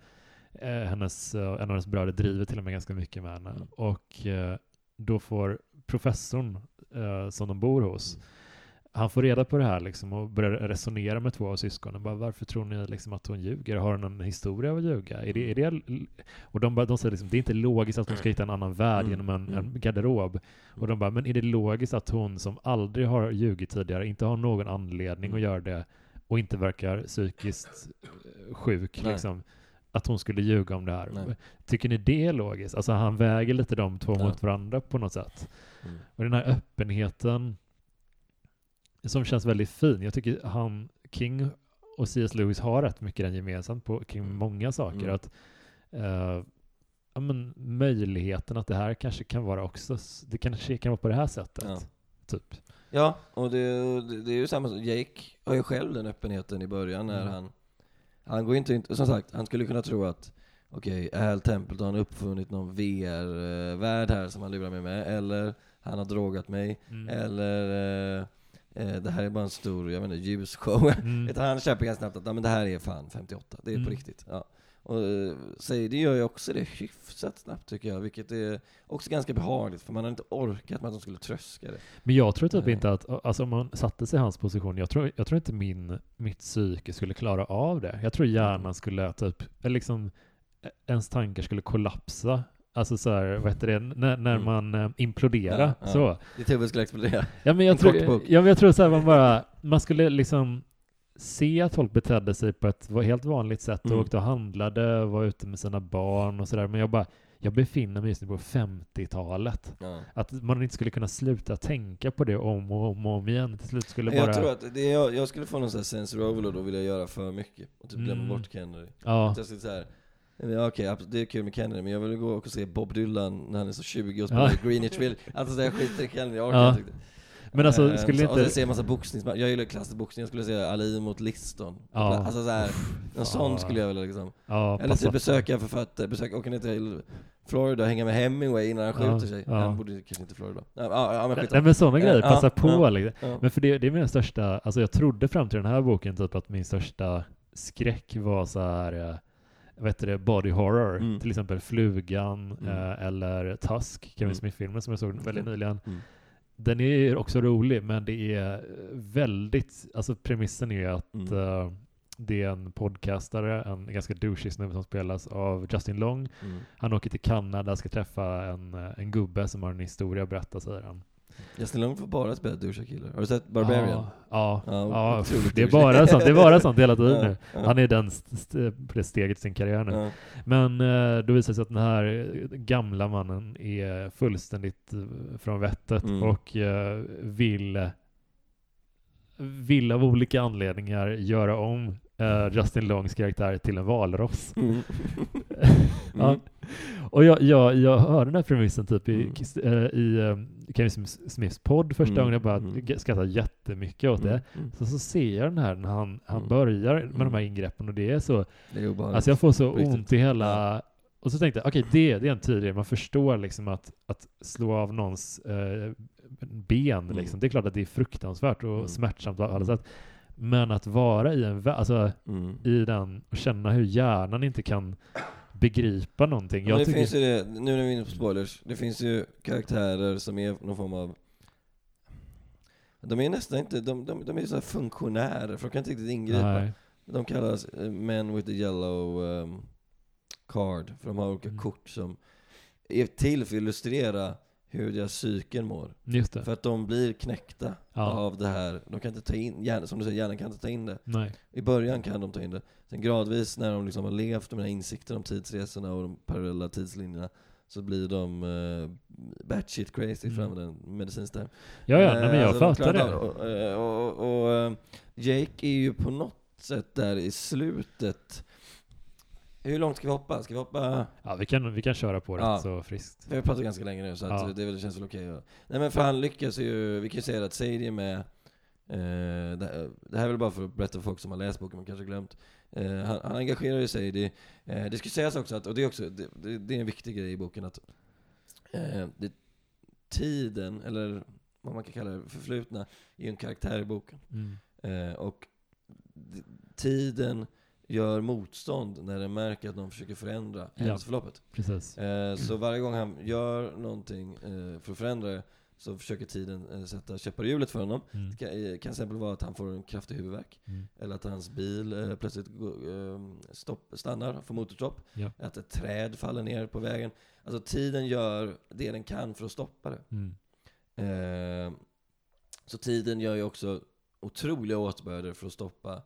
En av hennes bröder driver till och med ganska mycket med henne. Och då får professorn som de bor hos, han får reda på det här liksom, och börjar resonera med 2 av syskonen. Bara, varför tror ni liksom att hon ljuger? Har hon en historia av att ljuga? Är det, och de säger liksom, det är inte logiskt att hon ska hitta en annan värld genom en garderob. Och de bara, men är det logiskt att hon som aldrig har ljugit tidigare, inte har någon anledning att göra det, och inte verkar psykiskt sjuk liksom, att hon skulle ljuga om det här? Nej. Tycker ni det är logiskt? Alltså han väger lite de 2 mot varandra på något sätt. Och den här öppenheten som känns väldigt fin. Jag tycker King och C.S. Lewis har rätt mycket den gemensamt kring många saker. Att ja, men möjligheten att det här kanske kan vara också, det kanske kan vara på det här sättet. Typ. Ja, och det är ju samma som Jake har ju själv den öppenheten i början när han går inte, som sagt, han skulle kunna tro att Al Templeton har uppfunnit någon VR-värld här som han lurar mig med, eller han har drogat mig, eller det här är bara en stor, jag menar, ljusshow. Utan han köper ganska snabbt att men det här är fan 58, det är på riktigt. Ja. Och det gör ju också det hyfsat snabbt tycker jag, vilket är också ganska behagligt, för man har inte orkat med att de skulle tröska det. Men jag tror typ inte att, alltså om man satte sig i hans position, jag tror inte mitt psyke skulle klara av det. Jag tror hjärnan skulle typ, eller liksom ens tankar skulle kollapsa. Alltså så här, vad heter det, när man imploderar, så. Ditt huvud skulle explodera. Ja, men jag tror så här, man skulle liksom se att folk betedde sig på ett helt vanligt sätt och åkte och handlade, var ute med sina barn och sådär. Men jag befinner mig just nu på 50-talet. Ja. Att man inte skulle kunna sluta tänka på det om och om igen. Till slut skulle jag tror att jag skulle få någon sån här sense rover och då vill jag göra för mycket. Och typ glömma bort Kennedy. Ja. Att jag skulle så här, okej, det är kul med Kennedy, men jag vill gå och se Bob Dylan när han är så 20 och spelar Greenwich Village. Alltså det är skiter i Kennedy, jag orkar inte. Men alltså, skulle inte... Och se en massa boxning. Jag gillar klassisk boxning. Jag skulle säga Ali mot Liston. Ja. Alltså så här, en sån skulle jag vilja liksom. Ja, eller typ besöka författare, åka ner till Florida, hänga med Hemingway innan han skjuter sig. Ja. Han borde kanske inte Florida. Men sådana grejer, passa på liksom. Ja. Men för det är min största, alltså jag trodde fram till den här boken typ att min största skräck var så här, body horror. Till exempel Flugan eller Tusk, Kevin Smith-filmen som jag såg väldigt nyligen. Den är också rolig, men det är väldigt, alltså premissen är att det är en podcastare, en ganska douchey snubbe som spelas av Justin Long. Han åker till Kanada, ska träffa en gubbe som har en historia att berätta, säger han. Justin Long får bara spela douchey killer. Har du sett Barbarian? Ja, det är bara sånt hela tiden nu. Han är på det steget i sin karriär nu. Men då visar det sig att den här gamla mannen är fullständigt från vettet och vill av olika anledningar göra om Justin Longs karaktär till en valross. Och jag hörde den här premissen typ i Kevin Smiths podd första gången. Jag bara skrattar jättemycket åt det. Så ser jag den här när han börjar med de här ingreppen, och det är så, alltså jag får så ont i hela. Och så tänkte jag, okej, det är en tydlig, man förstår liksom att slå av någons ben liksom. Det är klart att det är fruktansvärt och smärtsamt på alla sätt. Men att vara i i den och känna hur hjärnan inte kan begripa någonting. Men finns ju det, nu när vi är inne på spoilers, det finns ju karaktärer som är någon form av, de är nästan inte, de är så här funktionärer, för de kan inte riktigt ingripa. Nej. De kallas men with the yellow card, för de har olika kort som är till för att illustrera hur deras psyken mår. Just det. För att de blir knäckta av det här. De kan inte ta in, som du säger, hjärnan kan inte ta in det. Nej. I början kan de ta in det. Sen gradvis när de liksom har levt med den här insikten om tidsresorna och de parallella tidslinjerna, så blir de batshit crazy fram med den medicinskt där. Men jag fattar det. Och Jake är ju på något sätt där i slutet. Hur långt ska vi hoppa? Ska vi hoppa? Ja, vi kan köra på det så friskt. Vi har pratat ganska länge nu, så att det känns väl okej. Nej, men för han lyckas ju, vi kan ju säga att Sadie är med. Det här är väl bara för att berätta för folk som har läst boken men kanske glömt. Han engagerar ju Sadie. Det ska sägas också att, och det är också det är en viktig grej i boken, att tiden, eller vad man kan kalla det, förflutna, är ju en karaktär i boken. Och tiden gör motstånd när den märker att de försöker förändra händelseförloppet. Precis. Så varje gång han gör någonting för att förändra det, så försöker tiden sätta käppar i hjulet för honom. Det kan till exempel vara att han får en kraftig huvudvärk. Eller att hans bil plötsligt stannar, får motorstopp. Att ett träd faller ner på vägen. Alltså tiden gör det den kan för att stoppa det. Så tiden gör ju också otroliga åtbörder för att stoppa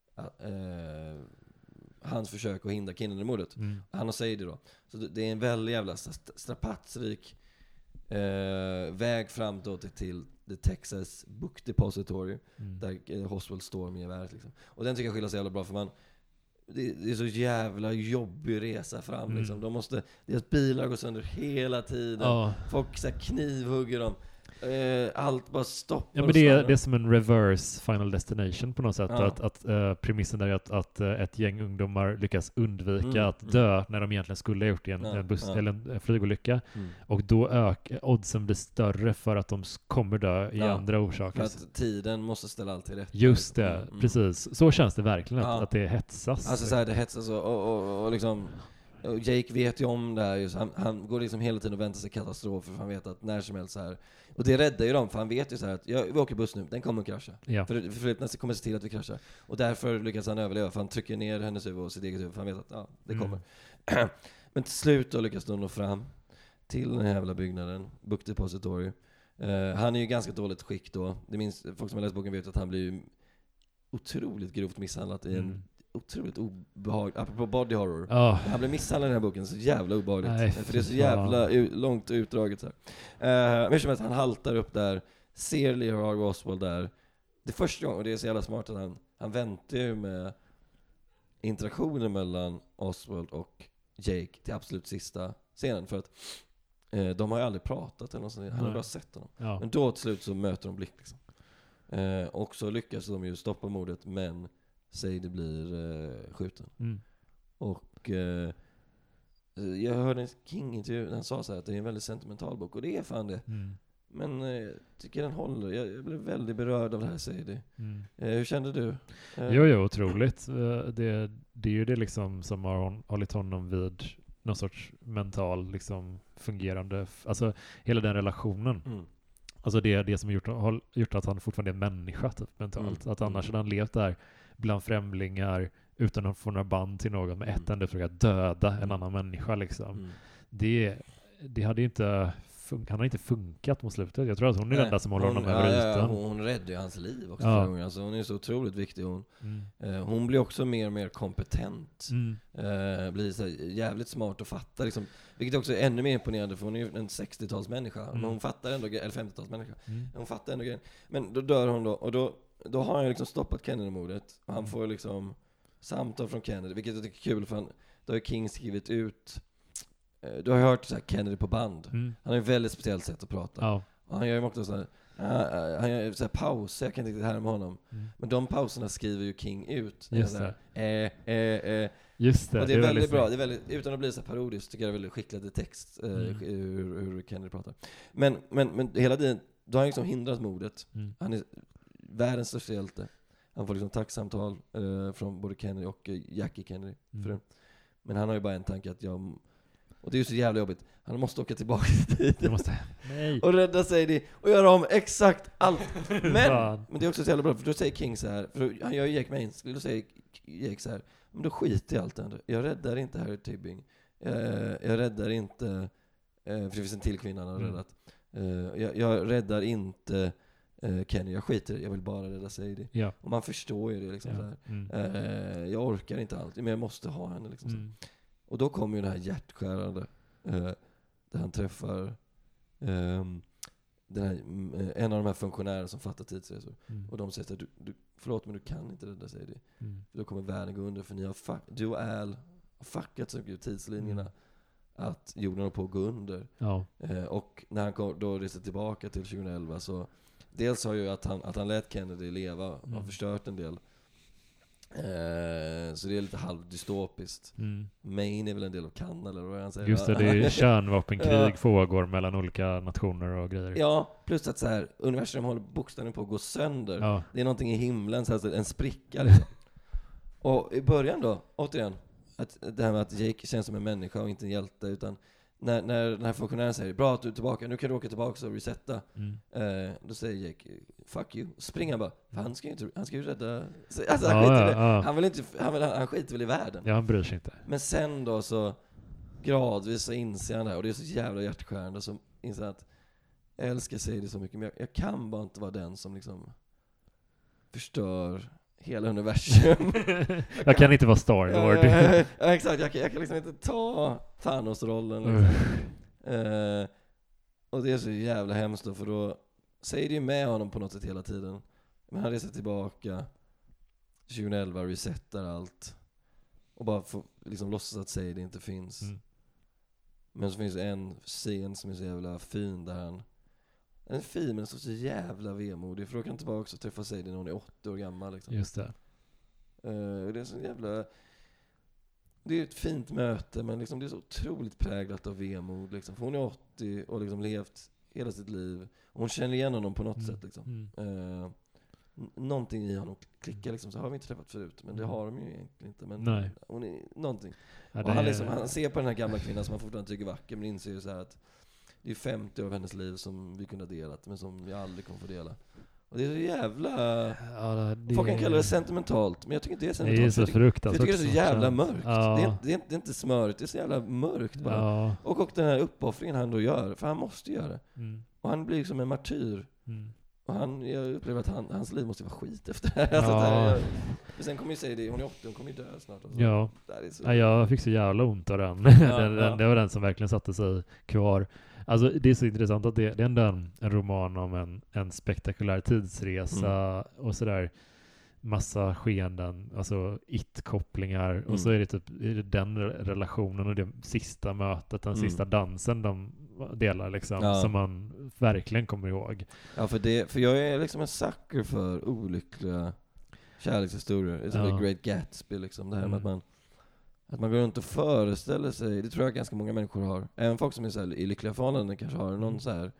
hans försök att hindra Kennedy-mordet. Han och Sadie då. Så det är en väldigt jävla strapatsrik väg fram då till The Texas Book Depository, där Hoswell Storm är värd liksom. Och den tycker jag skiljer sig jävla bra, för det är så jävla jobbig resa fram liksom. Deras bilar går sönder hela tiden. Folk så här knivhugger dem. Allt bara stoppar. Ja, men det är som en reverse Final Destination på något sätt. Att premissen är att ett gäng ungdomar lyckas undvika att dö när de egentligen skulle ha gjort en buss eller en flygolycka. Och då oddsen blir större för att de kommer dö i andra orsaker. För att tiden måste ställa allt till rätt. Just det, precis. Så känns det verkligen att det hetsas. Alltså så här, det hetsas och liksom... Och Jake vet ju om det här just. Han går liksom hela tiden och väntar sig katastrofer, för han vet att när som helst så här. Och det räddar ju dem, för han vet ju så här att vi åker buss nu, den kommer att krascha. För Filippinäs kommer se till att vi kraschar. Och därför lyckas han överleva, för han trycker ner hennes huvud och sitt eget huvud, för han vet att det kommer. Men till slut då lyckas de nå fram till den här jävla byggnaden, Book Depository. Han är ju ganska dåligt skick då. Det minns folk som har läst boken vet att han blir ju otroligt grovt misshandlat i en otroligt obehagligt, apropå body horror. Han blev misshandlad i den här boken, så jävla obehagligt. Nej, för det är så jävla långt utdraget så här. Men som att han haltar upp där, ser Lee Harvey Oswald där. Det första gången, och det är så jävla smart att han väntar ju med interaktionen mellan Oswald och Jake till absolut sista scenen, för att de har ju aldrig pratat eller något sånt. Han har bara sett honom. Men då till slut så möter de blick liksom. Och så lyckas de ju stoppa mordet, men Sadie blir skjuten. Och jag hörde en King-intervju, han sa så här att det är en väldigt sentimental bok, och det är fan det. Men jag tycker den håller. Jag blev väldigt berörd av det här, Sadie. Hur kände du? Jo, otroligt. Det är ju det liksom som har hållit honom vid någon sorts mental liksom fungerande, alltså hela den relationen. Alltså det som har gjort att han fortfarande är människa typ, mentalt. Att annars hade han levt där bland främlingar utan att få några band till någon, med ett enda försök att döda en annan människa liksom. Det hade ju inte han har inte funkat mot slutet. Jag tror att hon är den enda som håller honom över ytan. Hon räddade ju hans liv också. Alltså, hon är så otroligt viktig. Hon blir också mer och mer kompetent. Blir så jävligt smart och fattar liksom, vilket också är ännu mer imponerande, för hon är ju en 60-talsmänniska. Men hon fattar ändå, eller 50-talsmänniska. Hon fattar ändå grejen. Men då dör hon då, och då har han liksom stoppat Kennedy-mordet. Och han får liksom samtal från Kennedy, vilket jag tycker är kul, för då har King skrivit ut. Du har hört så här Kennedy på band. Han har ju ett väldigt speciellt sätt att prata. Och han gör ju också så här, han gör så här pauser, jag kan inte riktigt härma honom. Men de pauserna skriver ju King ut. Just det. Just det. Och det är väldigt bra. Det är väldigt, utan att bli så här parodiskt, tycker jag det är väldigt skickligt i text hur Kennedy pratar. Men hela tiden, då har han liksom hindrat mordet. Han är världens största hjälte. Han får liksom tacksamtal från både Kennedy och Jackie Kennedy. Men han har ju bara en tanke, att och det är ju så jävla jobbigt. Han måste åka tillbaka till tiden. Och rädda sig det. Och göra om exakt allt. Men det är också så jävla bra. För då säger King så här. För han gör ju Jake mänsklig. Då säger Jake så här. Men då skiter i allt det. Jag räddar inte Harry Tibbing. Jag räddar inte... för det finns en till kvinna han har räddat. Jag räddar inte Kenny. Jag skiter. Jag vill bara rädda Sadie. Och man förstår ju det liksom så här. Jag orkar inte allt. Men jag måste ha henne liksom så. Och då kommer ju det här hjärtskärande där han träffar en av de här funktionärerna som fattar tidsresor. Och de säger att förlåt, men du kan inte rädda sig det. För då kommer världen gå under, för du och Al har fuckat så mycket tidslinjerna att jorden håller på att gå under. Och när han då reser tillbaka till 2011, så dels har ju att han lät Kennedy leva har förstört en del. Så det är lite halvdystopiskt. Maine är väl en del av Kanada, eller vad han säger. Just det, det är kärnvapenkrig pågår mellan olika nationer och grejer. Ja, plus att så här, universum håller bokstavligen på att gå sönder. Det är någonting i himlen, så här, en spricka liksom. Och i början då, återigen, att det här med att Jake känns som en människa och inte en hjälte, utan när den här funktionären säger bra att du är tillbaka, nu kan du åka tillbaka och resetta. Då säger Jake fuck you, springer bara, för han ska ju rädda, alltså han skiter väl i världen. Ja, han bryr sig inte. Men sen då så gradvis så inser han det här, och det är så jävla hjärtskärande, som inser att jag älskar Sadie så mycket, men jag kan bara inte vara den som liksom förstör hela universum. jag kan inte vara Star-Lord. Ja, exakt, jag kan liksom inte ta Thanos-rollen liksom. Och det är så jävla hemskt då, för då säger det ju med honom på något sätt hela tiden. Men han reser tillbaka 2011, resetar allt. och bara få liksom låtsas att säga det inte finns. Men så finns det en scen som är så jävla fin där han, en fin men så jävla vemodig, för då kan tillbaka och träffa sig när hon är 80 år gammal liksom. Just det. Det är så jävla, det är ett fint möte, men liksom det är så otroligt präglat av vemod liksom. För hon är 80 och liksom levt hela sitt liv, och hon känner igen honom på något sätt liksom. Någonting i honom klickar liksom, så har vi inte träffat förut, men det har de ju egentligen inte, men nej. Hon är någonting. Ja, och han, liksom, han ser på den här gamla kvinnan som han fortfarande tycker vacker, men inser ju så här att det är 50 år av hennes liv som vi kunde ha delat, men som vi aldrig kommer få dela. Och det är så jävla... Ja, folk kan kalla det sentimentalt, men jag tycker inte det är sentimentalt. Det är så fruktansvärt. Jag tycker det är så jävla mörkt. Ja. Det är inte smörigt, det är så jävla mörkt bara. Ja. Och den här uppoffringen han då gör, för han måste göra det. Och han blir liksom en martyr. Och jag upplever att hans liv måste vara skit efter det här. Ja. Alltså men sen kommer ju säga det, hon är 80, hon kommer ju dö snart. Alltså. Ja. Ja, jag fick så jävla ont av den. Det var den som verkligen satte sig kvar. Alltså det är så intressant att det är ändå en roman om en spektakulär tidsresa och sådär, massa skeenden, alltså it-kopplingar, och så är det typ den relationen och det sista mötet, den sista dansen de delar liksom, som man verkligen kommer ihåg. Ja, för jag är liksom en sucker för olyckliga kärlekshistorier. Det är som The Great Gatsby liksom, det här med att man går runt och föreställer sig, det tror jag ganska många människor har. Även folk som är så här, i lyckliga förhållanden kanske har någon så här,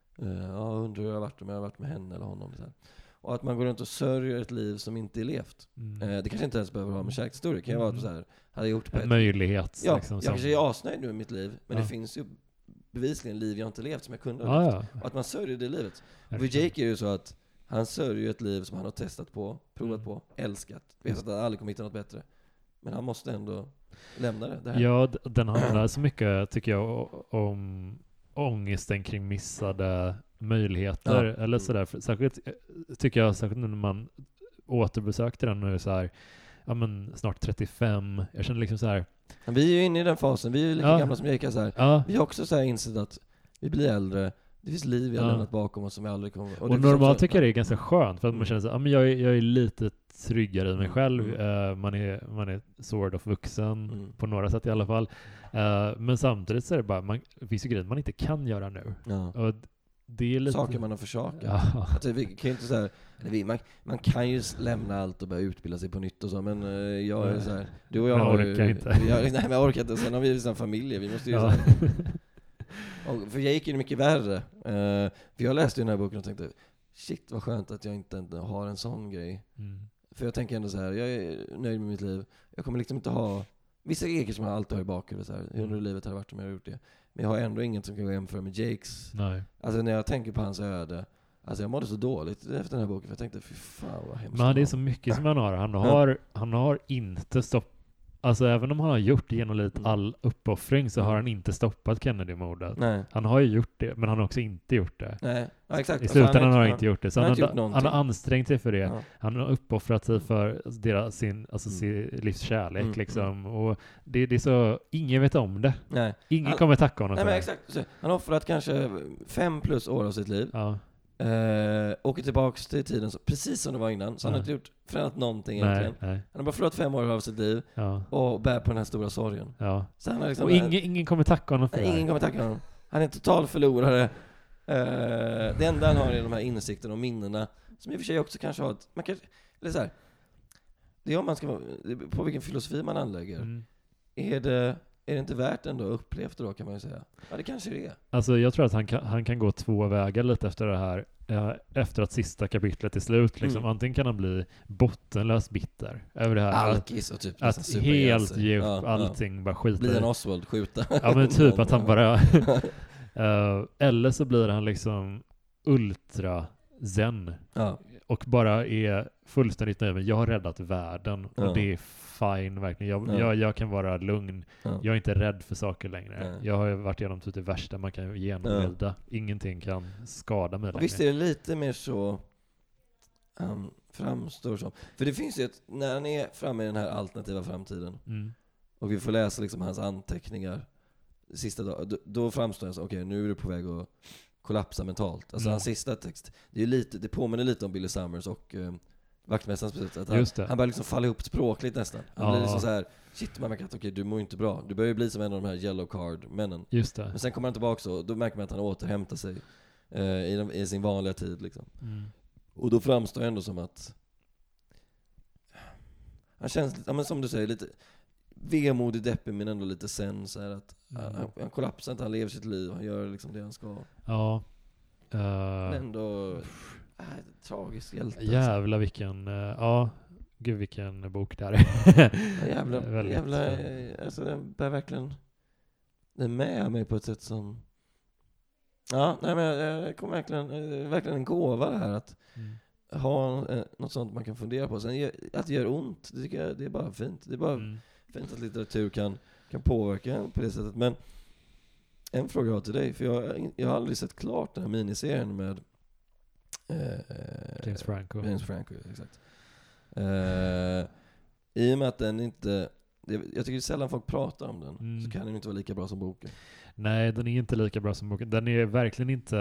undrar hur jag har varit med henne eller honom. Så här. Och att man går runt och sörjer ett liv som inte är levt. Det kanske inte ens behöver ha med kärlekshistoria. Det kan ju vara så här, hade jag gjort på en möjlighet. Ja, liksom, jag kanske är asnöjd nu med mitt liv, men det finns ju bevisligen liv jag inte levt som jag kunde ha levt. Och att man sörjer det livet. Och för Jake är ju så att han sörjer ett liv som han har testat på, provat på, älskat. Vet att han aldrig kommer hitta något bättre. Men han måste ändå lämna det här. Ja, den handlar så mycket, tycker jag, om ångesten kring missade möjligheter. Eller sådär. Särskilt, tycker jag, särskilt när man återbesökte den och är så här, ja men snart 35. Jag känner liksom så här. Vi är ju inne i den fasen. Vi är ju lika gamla som Jake så här. Vi har också så här insett att vi blir äldre. Det finns liv vi har lämnat bakom oss som vi aldrig kommer. Och normalt tycker jag det är ganska skönt, för att man känner så, men jag är lite tryggare i mig själv. Man är sort of vuxen på några sätt i alla fall. Men samtidigt så är det bara, det finns ju grejer man inte kan göra nu. Och det är lite... saker man har försökt. Alltså, vi kan inte så här, man kan ju lämna allt och börja utbilda sig på nytt och så, men jag är så här, du och jag orkar inte. Nej, men jag orkar inte. Sen har vi en familj, vi måste ju så här, och för jag gick ju mycket värre. För jag läste ju den här boken och tänkte, shit vad skönt att jag inte har en sån grej. För jag tänker ändå så här, jag är nöjd med mitt liv. Jag kommer liksom inte ha vissa grejer som jag alltid har i bakhuvudet så här, hur livet hade varit om jag hade gjort det. Men jag har ändå inget som kan gå jämföra med Jakes. Nej. Alltså när jag tänker på hans öde, alltså jag mådde så dåligt efter den här boken, för jag tänkte, fy fan vad hemskt. Men det är så mycket som han har inte stoppat. Alltså även om han har gjort genomlidit all uppoffring, så har han inte stoppat Kennedy-mordet. Han har ju gjort det, men han har också inte gjort det. Nej. Ja, exakt. I slutändan har han inte gjort det. Så han har ansträngt sig för det. Han har uppoffrat sig för sin livs kärlek liksom. Och det är så, ingen vet om det. Ingen kommer tacka honom för det. Nej, men exakt. Han har offrat kanske 5+ år av sitt liv. Åker tillbaks till tiden precis som det var innan. Så han har inte gjort förändrat någonting egentligen. Han har bara förlorat 5 år av sitt liv och bär på den här stora sorgen. Så han har liksom, och ingen kommer tacka honom för det. Ingen kommer tacka honom. Han är en total förlorare. Det enda han har är de här insikterna och minnena, som i och för sig också kanske har ett, man kanske, eller så här, det är om man ska, på vilken filosofi man anlägger. Är det inte värt ändå att uppleva det då, kan man ju säga. Ja, det kanske det är. Alltså jag tror att han kan gå 2 vägar lite efter det här. Efter att sista kapitlet är slut liksom. Antingen kan han bli bottenlös bitter över det här. Alkis och typ att helt ge upp allting, bara skita. Blir en Oswald, skjuta. Ja, men typ att han bara eller så blir han liksom ultra zen och bara är fullständigt nöjd med, jag har räddat världen och det är fine verkligen. Jag kan vara lugn. Jag är inte rädd för saker längre. Jag har varit igenom typ det värsta man kan genomlida. Ingenting kan skada mig längre. Visst är det lite mer så framstår som. För det finns ju när han är framme i den här alternativa framtiden och vi får läsa liksom hans anteckningar sista dag, då framstår det så, okej, nu är du på väg att kollapsa mentalt. Alltså hans sista text, det påminner lite om Billy Summers och vaktmästaren speciellt, att han börjar liksom falla ihop språkligt nästan. Han blir liksom så här, shit, man märker att okej, du mår inte bra. Du börjar ju bli som en av de här yellow card-männen. Just det. Men sen kommer han tillbaka och då märker man att han återhämtar sig i sin vanliga tid liksom. Och då framstår det ändå som att han känns lite, ja, men som du säger, lite vemodig, deppig, men ändå lite sen så här att han kollapsar inte, han lever sitt liv, han gör liksom det han ska. Ja. Men ändå tragisk hjälte. Jävlar vilken, gud vilken bok det är. jävla, alltså den bär verkligen, den med mig på ett sätt som, ja, nej men jag kommer verkligen en gåva det här att ha något sånt man kan fundera på. Sen att det gör ont, det tycker jag, det är bara fint. Det är bara fint att litteratur kan påverka på det sättet. Men en fråga jag har till dig, för jag har aldrig sett klart den här miniserien med James Franco, exakt. I och med att den inte, jag tycker sällan folk pratar om den, så kan den inte vara lika bra som boken. Nej, den är inte lika bra som boken. Den är verkligen inte,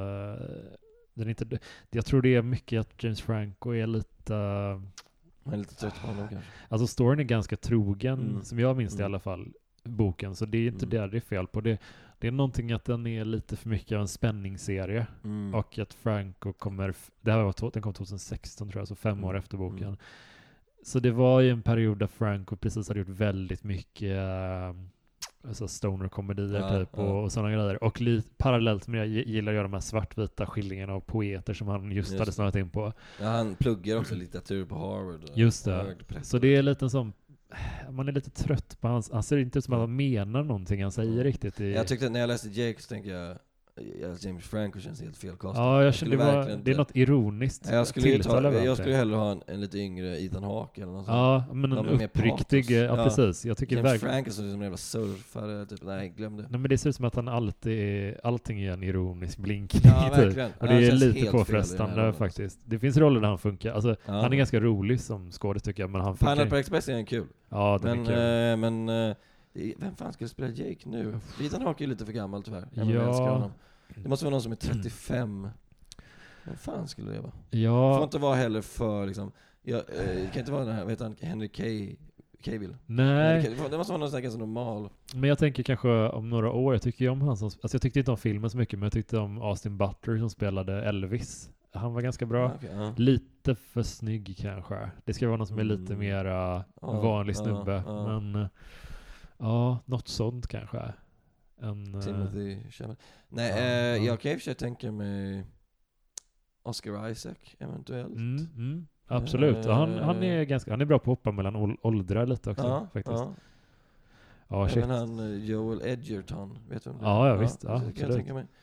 jag tror det är mycket att James Franco är lite, man är lite trött på honom kanske. Alltså storyn är ganska trogen, som jag minns det i alla fall, boken, så det är inte det är fel på. Det är någonting att den är lite för mycket av en spänningsserie, och att Franco den kom 2016 tror jag, så 5 år efter boken. Så det var ju en period där Franco precis hade gjort väldigt mycket alltså stoner-komedier typ och sådana grejer. Och parallellt med det gillar jag de här svartvita skildringarna av poeter som han just hade snöat in på. Ja, han pluggar också litteratur på Harvard. Just det. Så det är lite som, man är lite trött på han ser inte ut som att han menar någonting han säger riktigt. Jag tyckte när jag läste Jake så tänkte jag James Franco känns helt felkastad. Ja, jag kände det är något ironiskt. Jag skulle hellre ha en lite yngre Ethan Hawke eller något sånt. Ja, men en uppriktig, precis. Jag tycker James Franco som en jävla surfare typ. Nej, glöm det. Nej, men det ser ut som att han allting är en ironisk blinkning. Ja, verkligen. Och det är lite påfrestande faktiskt. Det finns roller där han funkar. Alltså, han är ganska rolig som skådis tycker jag, men han funkar. Pineapple Express är en kul. Ja, den är kul. Men vem fan ska spela Jake nu? Ethan Hawke är lite för gammal tyvärr. Det måste vara någon som är 35. Vem fan skulle det vara? Ja. Det får inte vara heller för liksom, det kan inte vara den här, vet han, Henry Cavill. Nej. Det måste vara någon sån här ganska normal. Men jag tänker kanske om några år, jag tycker ju om han som, alltså jag tyckte inte om filmen så mycket, men jag tyckte om Austin Butler som spelade Elvis. Han var ganska bra. Lite för snygg kanske. Det ska vara någon som är lite mer vanlig snubbe. Men något sånt kanske. Timothy Chalamet. Nej, jag kan i och för sig tänka mig Oscar Isaac eventuellt. Absolut. Han är bra på att hoppa mellan åldrar lite också faktiskt. Ja, även han Joel Edgerton, vet du om det? Ja, visst. Ja, kan jag tänka mig.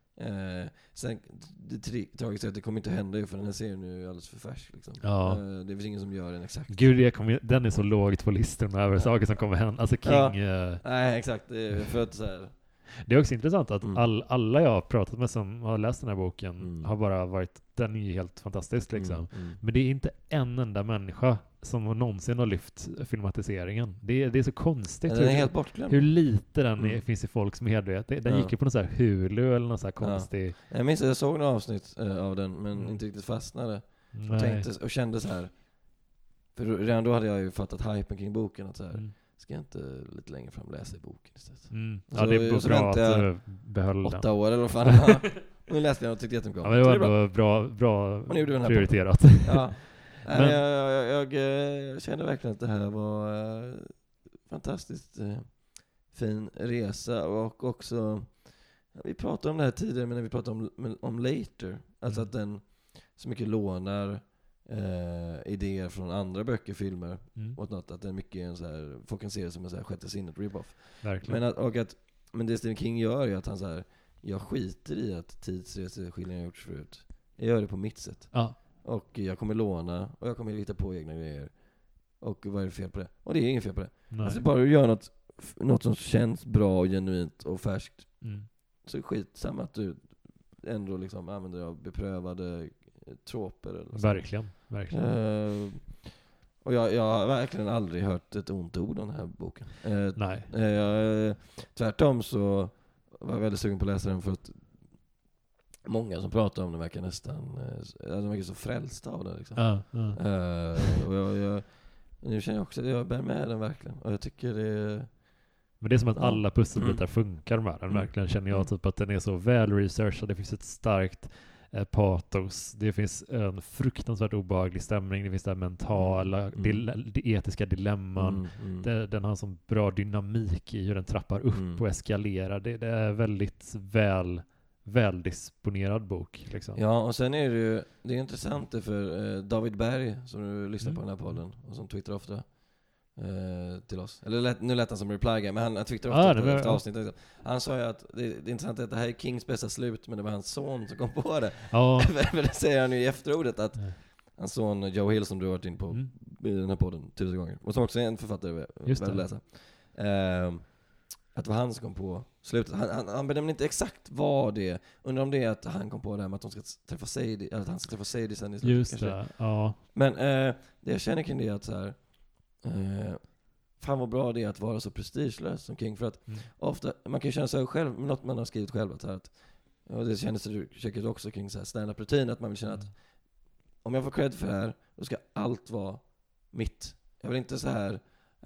Sen det tragiska är att det kommer inte hända för den här serien nu är alldeles för färsk liksom. Det finns ingen som gör den exakt. Gud, den är så lågt på listan över saker som kommer hända. Alltså King. Nej, exakt. Det är för att så här. Det är också intressant att alla jag har pratat med som har läst den här boken har bara varit, den är ju helt fantastisk liksom. Men det är inte en enda människa som någonsin har lyft filmatiseringen. Det är så konstigt. Den är helt bortglömd. Hur lite den finns i folk som hedrar. Den gick ju på någon så här Hulu eller någon så här konstig. Jag minns att jag såg några avsnitt av den, men inte riktigt fastnade. Och kände så här. För redan då hade jag ju fattat hypen kring boken att så här. Ska jag inte lite längre fram läsa i boken istället. Ja, det är bra att du behöll den. 8 år eller vad fan. Nu läste jag och tyckte jättemycket om. Ja, men det var ändå bra prioriterat. Ja. Men jag kände verkligen att det här var fantastiskt fin resa. Och också, vi pratade om det här tidigare, men när vi pratade om Later. Alltså att den så mycket lånar idéer från andra böcker, filmer och något, att det är mycket en så här, folk kan se det som en så här sjätte sinnet rip-off. Verkligen. Men det Stephen King gör är att han så här, jag skiter i att tidsreseskildringar har gjorts förut. Jag gör det på mitt sätt. Och jag kommer låna och jag kommer hitta på egna grejer. Och vad är det fel på det? Och det är inget fel på det. Alltså bara att göra något som känns bra och genuint och färskt. Så skitsamma att du ändå liksom använder av beprövade troper eller så. Verkligen. Och jag har verkligen aldrig hört ett ont ord om den här boken. Nej. Tvärtom så var jag väldigt sugen på att läsa den för att många som pratar om det verkar nästan, de verkar så frälsta av det liksom. Och nu känner jag också att jag bär med den verkligen. Och jag tycker det... Men det är som att alla pusselbitar funkar med den. Verkligen känner jag typ att den är så väl researchad. Det finns ett starkt patos. Det finns en fruktansvärt obehaglig stämning. Det finns det här mentala, etiska dilemman. Den har en sån bra dynamik i hur den trappar upp och eskalerar. Det är väldigt väldisponerad bok. Liksom. Ja, och sen är det är intressant det för David Berg som du lyssnar på den här podden och som twittrar ofta till oss. Eller nu lät han som reply guy, men han twittrar ofta efter avsnittet. Han sa ju att det är intressant att det här är Kings bästa slut, men det var hans son som kom på det. För det säger han ju i efterordet att hans son Joe Hill, som du har varit in på i den här podden 1000 gånger, och som också är en författare värd att läsa, att det var han som kom på slutet. Han benämner inte exakt vad det är. Undrar om det är att han kom på det här med att de ska träffa Sadie, eller att han ska träffa Sadie sen i slutet. Just det, ja. Men det jag känner kring det är att så här, fan vad bra det är att vara så prestigelös som King, för att ofta, man kan ju känna sig själv med något man har skrivit själv, att och det känner sig säkert också kring så här stand-up rutin, att man vill känna att om jag får cred för det här, då ska allt vara mitt. Jag vill inte så här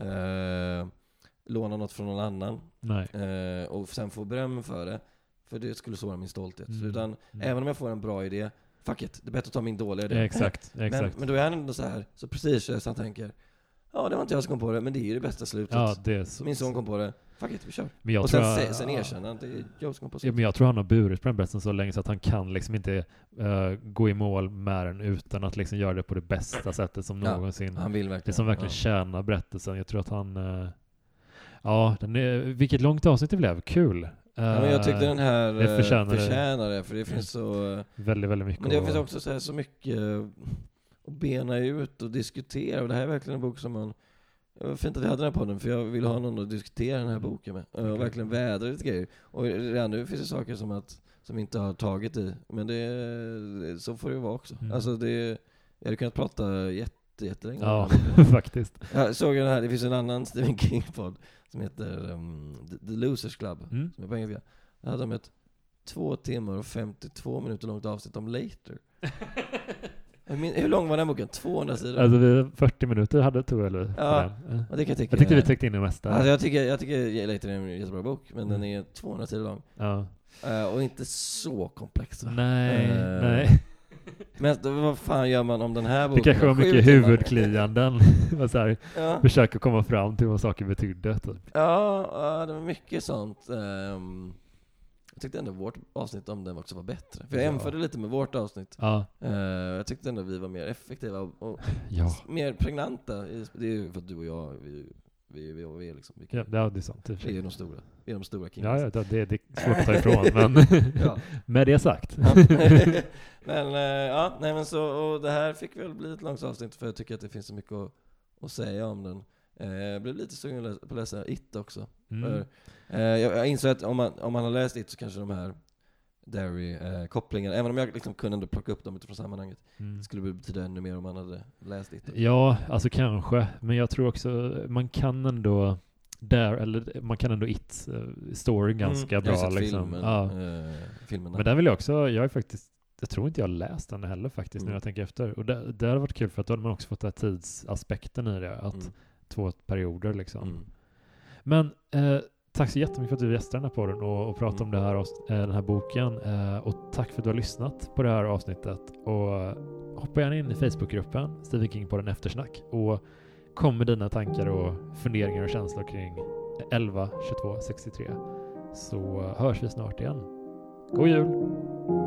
låna något från någon annan och sen få beröm för det, för det skulle såra min stolthet. Utan även om jag får en bra idé, fuck it, det är bättre att ta min dåliga idé. Exakt. Men då är han ändå så här, så precis så han tänker, ja, det var inte jag som kom på det, men det är ju det bästa slutet. Ja, det är så. Min son kom på det, fuck it, vi kör. Men jag och tror sen erkänner han att det är jag som kom på slutet. Ja, men jag tror han har burit på den berättelsen så länge så att han kan liksom inte gå i mål med den utan att liksom göra det på det bästa sättet som någonsin. Han vill verkligen. Det som verkligen tjänar berättelsen. Jag tror att han... vilket långt avsnitt det blev. Kul. Men jag tyckte den här förtjänar det, för det finns så... Väldigt, väldigt mycket. Men det finns också så mycket att bena ut och diskutera. Och det här är verkligen en bok som man... Det var fint att vi hade den här podden, för jag ville ha någon att diskutera den här boken med. Och verkligen vädra lite grejer. Och redan nu finns det saker som vi inte har tagit i. Men så får det vara också. Alltså jag hade kunnat prata jättelänge. Ja, faktiskt. Jag såg den här, det finns en annan Stephen King-podd som heter The Losers Club, som är på engelska. Där hade de ett 2 timmar och 52 minuter långt avsnitt om Later. Hur lång var den boken? 200 sidor? Alltså 40 minuter hade du eller? Ja, och det kan jag tyckte vi täckte in det mesta. Alltså jag tycker Later är en jättebra bok, men den är 200 sidor lång. Ja. Och inte så komplex. Nej. Men vad fan gör man om den här boken? Det kanske var mycket huvudklianden. Försöka komma fram till vad saker betydde. Typ. Ja, det var mycket sånt. Jag tyckte ändå vårt avsnitt om den också var bättre. För jag jämförde lite med vårt avsnitt. Jag tyckte ändå vi var mer effektiva och mer pregnanta. Det är ju för att du och jag, vi är liksom... det är sant. Vi är de stora. Vi är de stora kings. Ja, det är svårt att ta ifrån. Men med det sagt. Men så, och det här fick väl bli ett långt avsnitt, för jag tycker att det finns så mycket att säga om den. Jag blev lite sugen på att läsa It också. Jag insåg att om man har läst It så kanske de här Derry-kopplingarna, även om jag liksom kunde ändå plocka upp dem utifrån sammanhanget, det skulle betyda ännu mer om man hade läst It. Ja, alltså kanske. Men jag tror också man kan ändå It storyn ganska bra. Jag har sett liksom. filmen. Men den vill jag också, jag tror inte jag har läst den heller faktiskt när jag tänker efter. Och det har varit kul, för att då hade man också fått den här tidsaspekten i det, att 2 perioder liksom. Men tack så jättemycket för att du gästade den här podden och pratade om den här boken. Och tack för att du har lyssnat på det här avsnittet. Och hoppa gärna in i Facebookgruppen Stephen King på den eftersnack. Och kom med dina tankar och funderingar och känslor kring 11 22 63. Så hörs vi snart igen. God jul!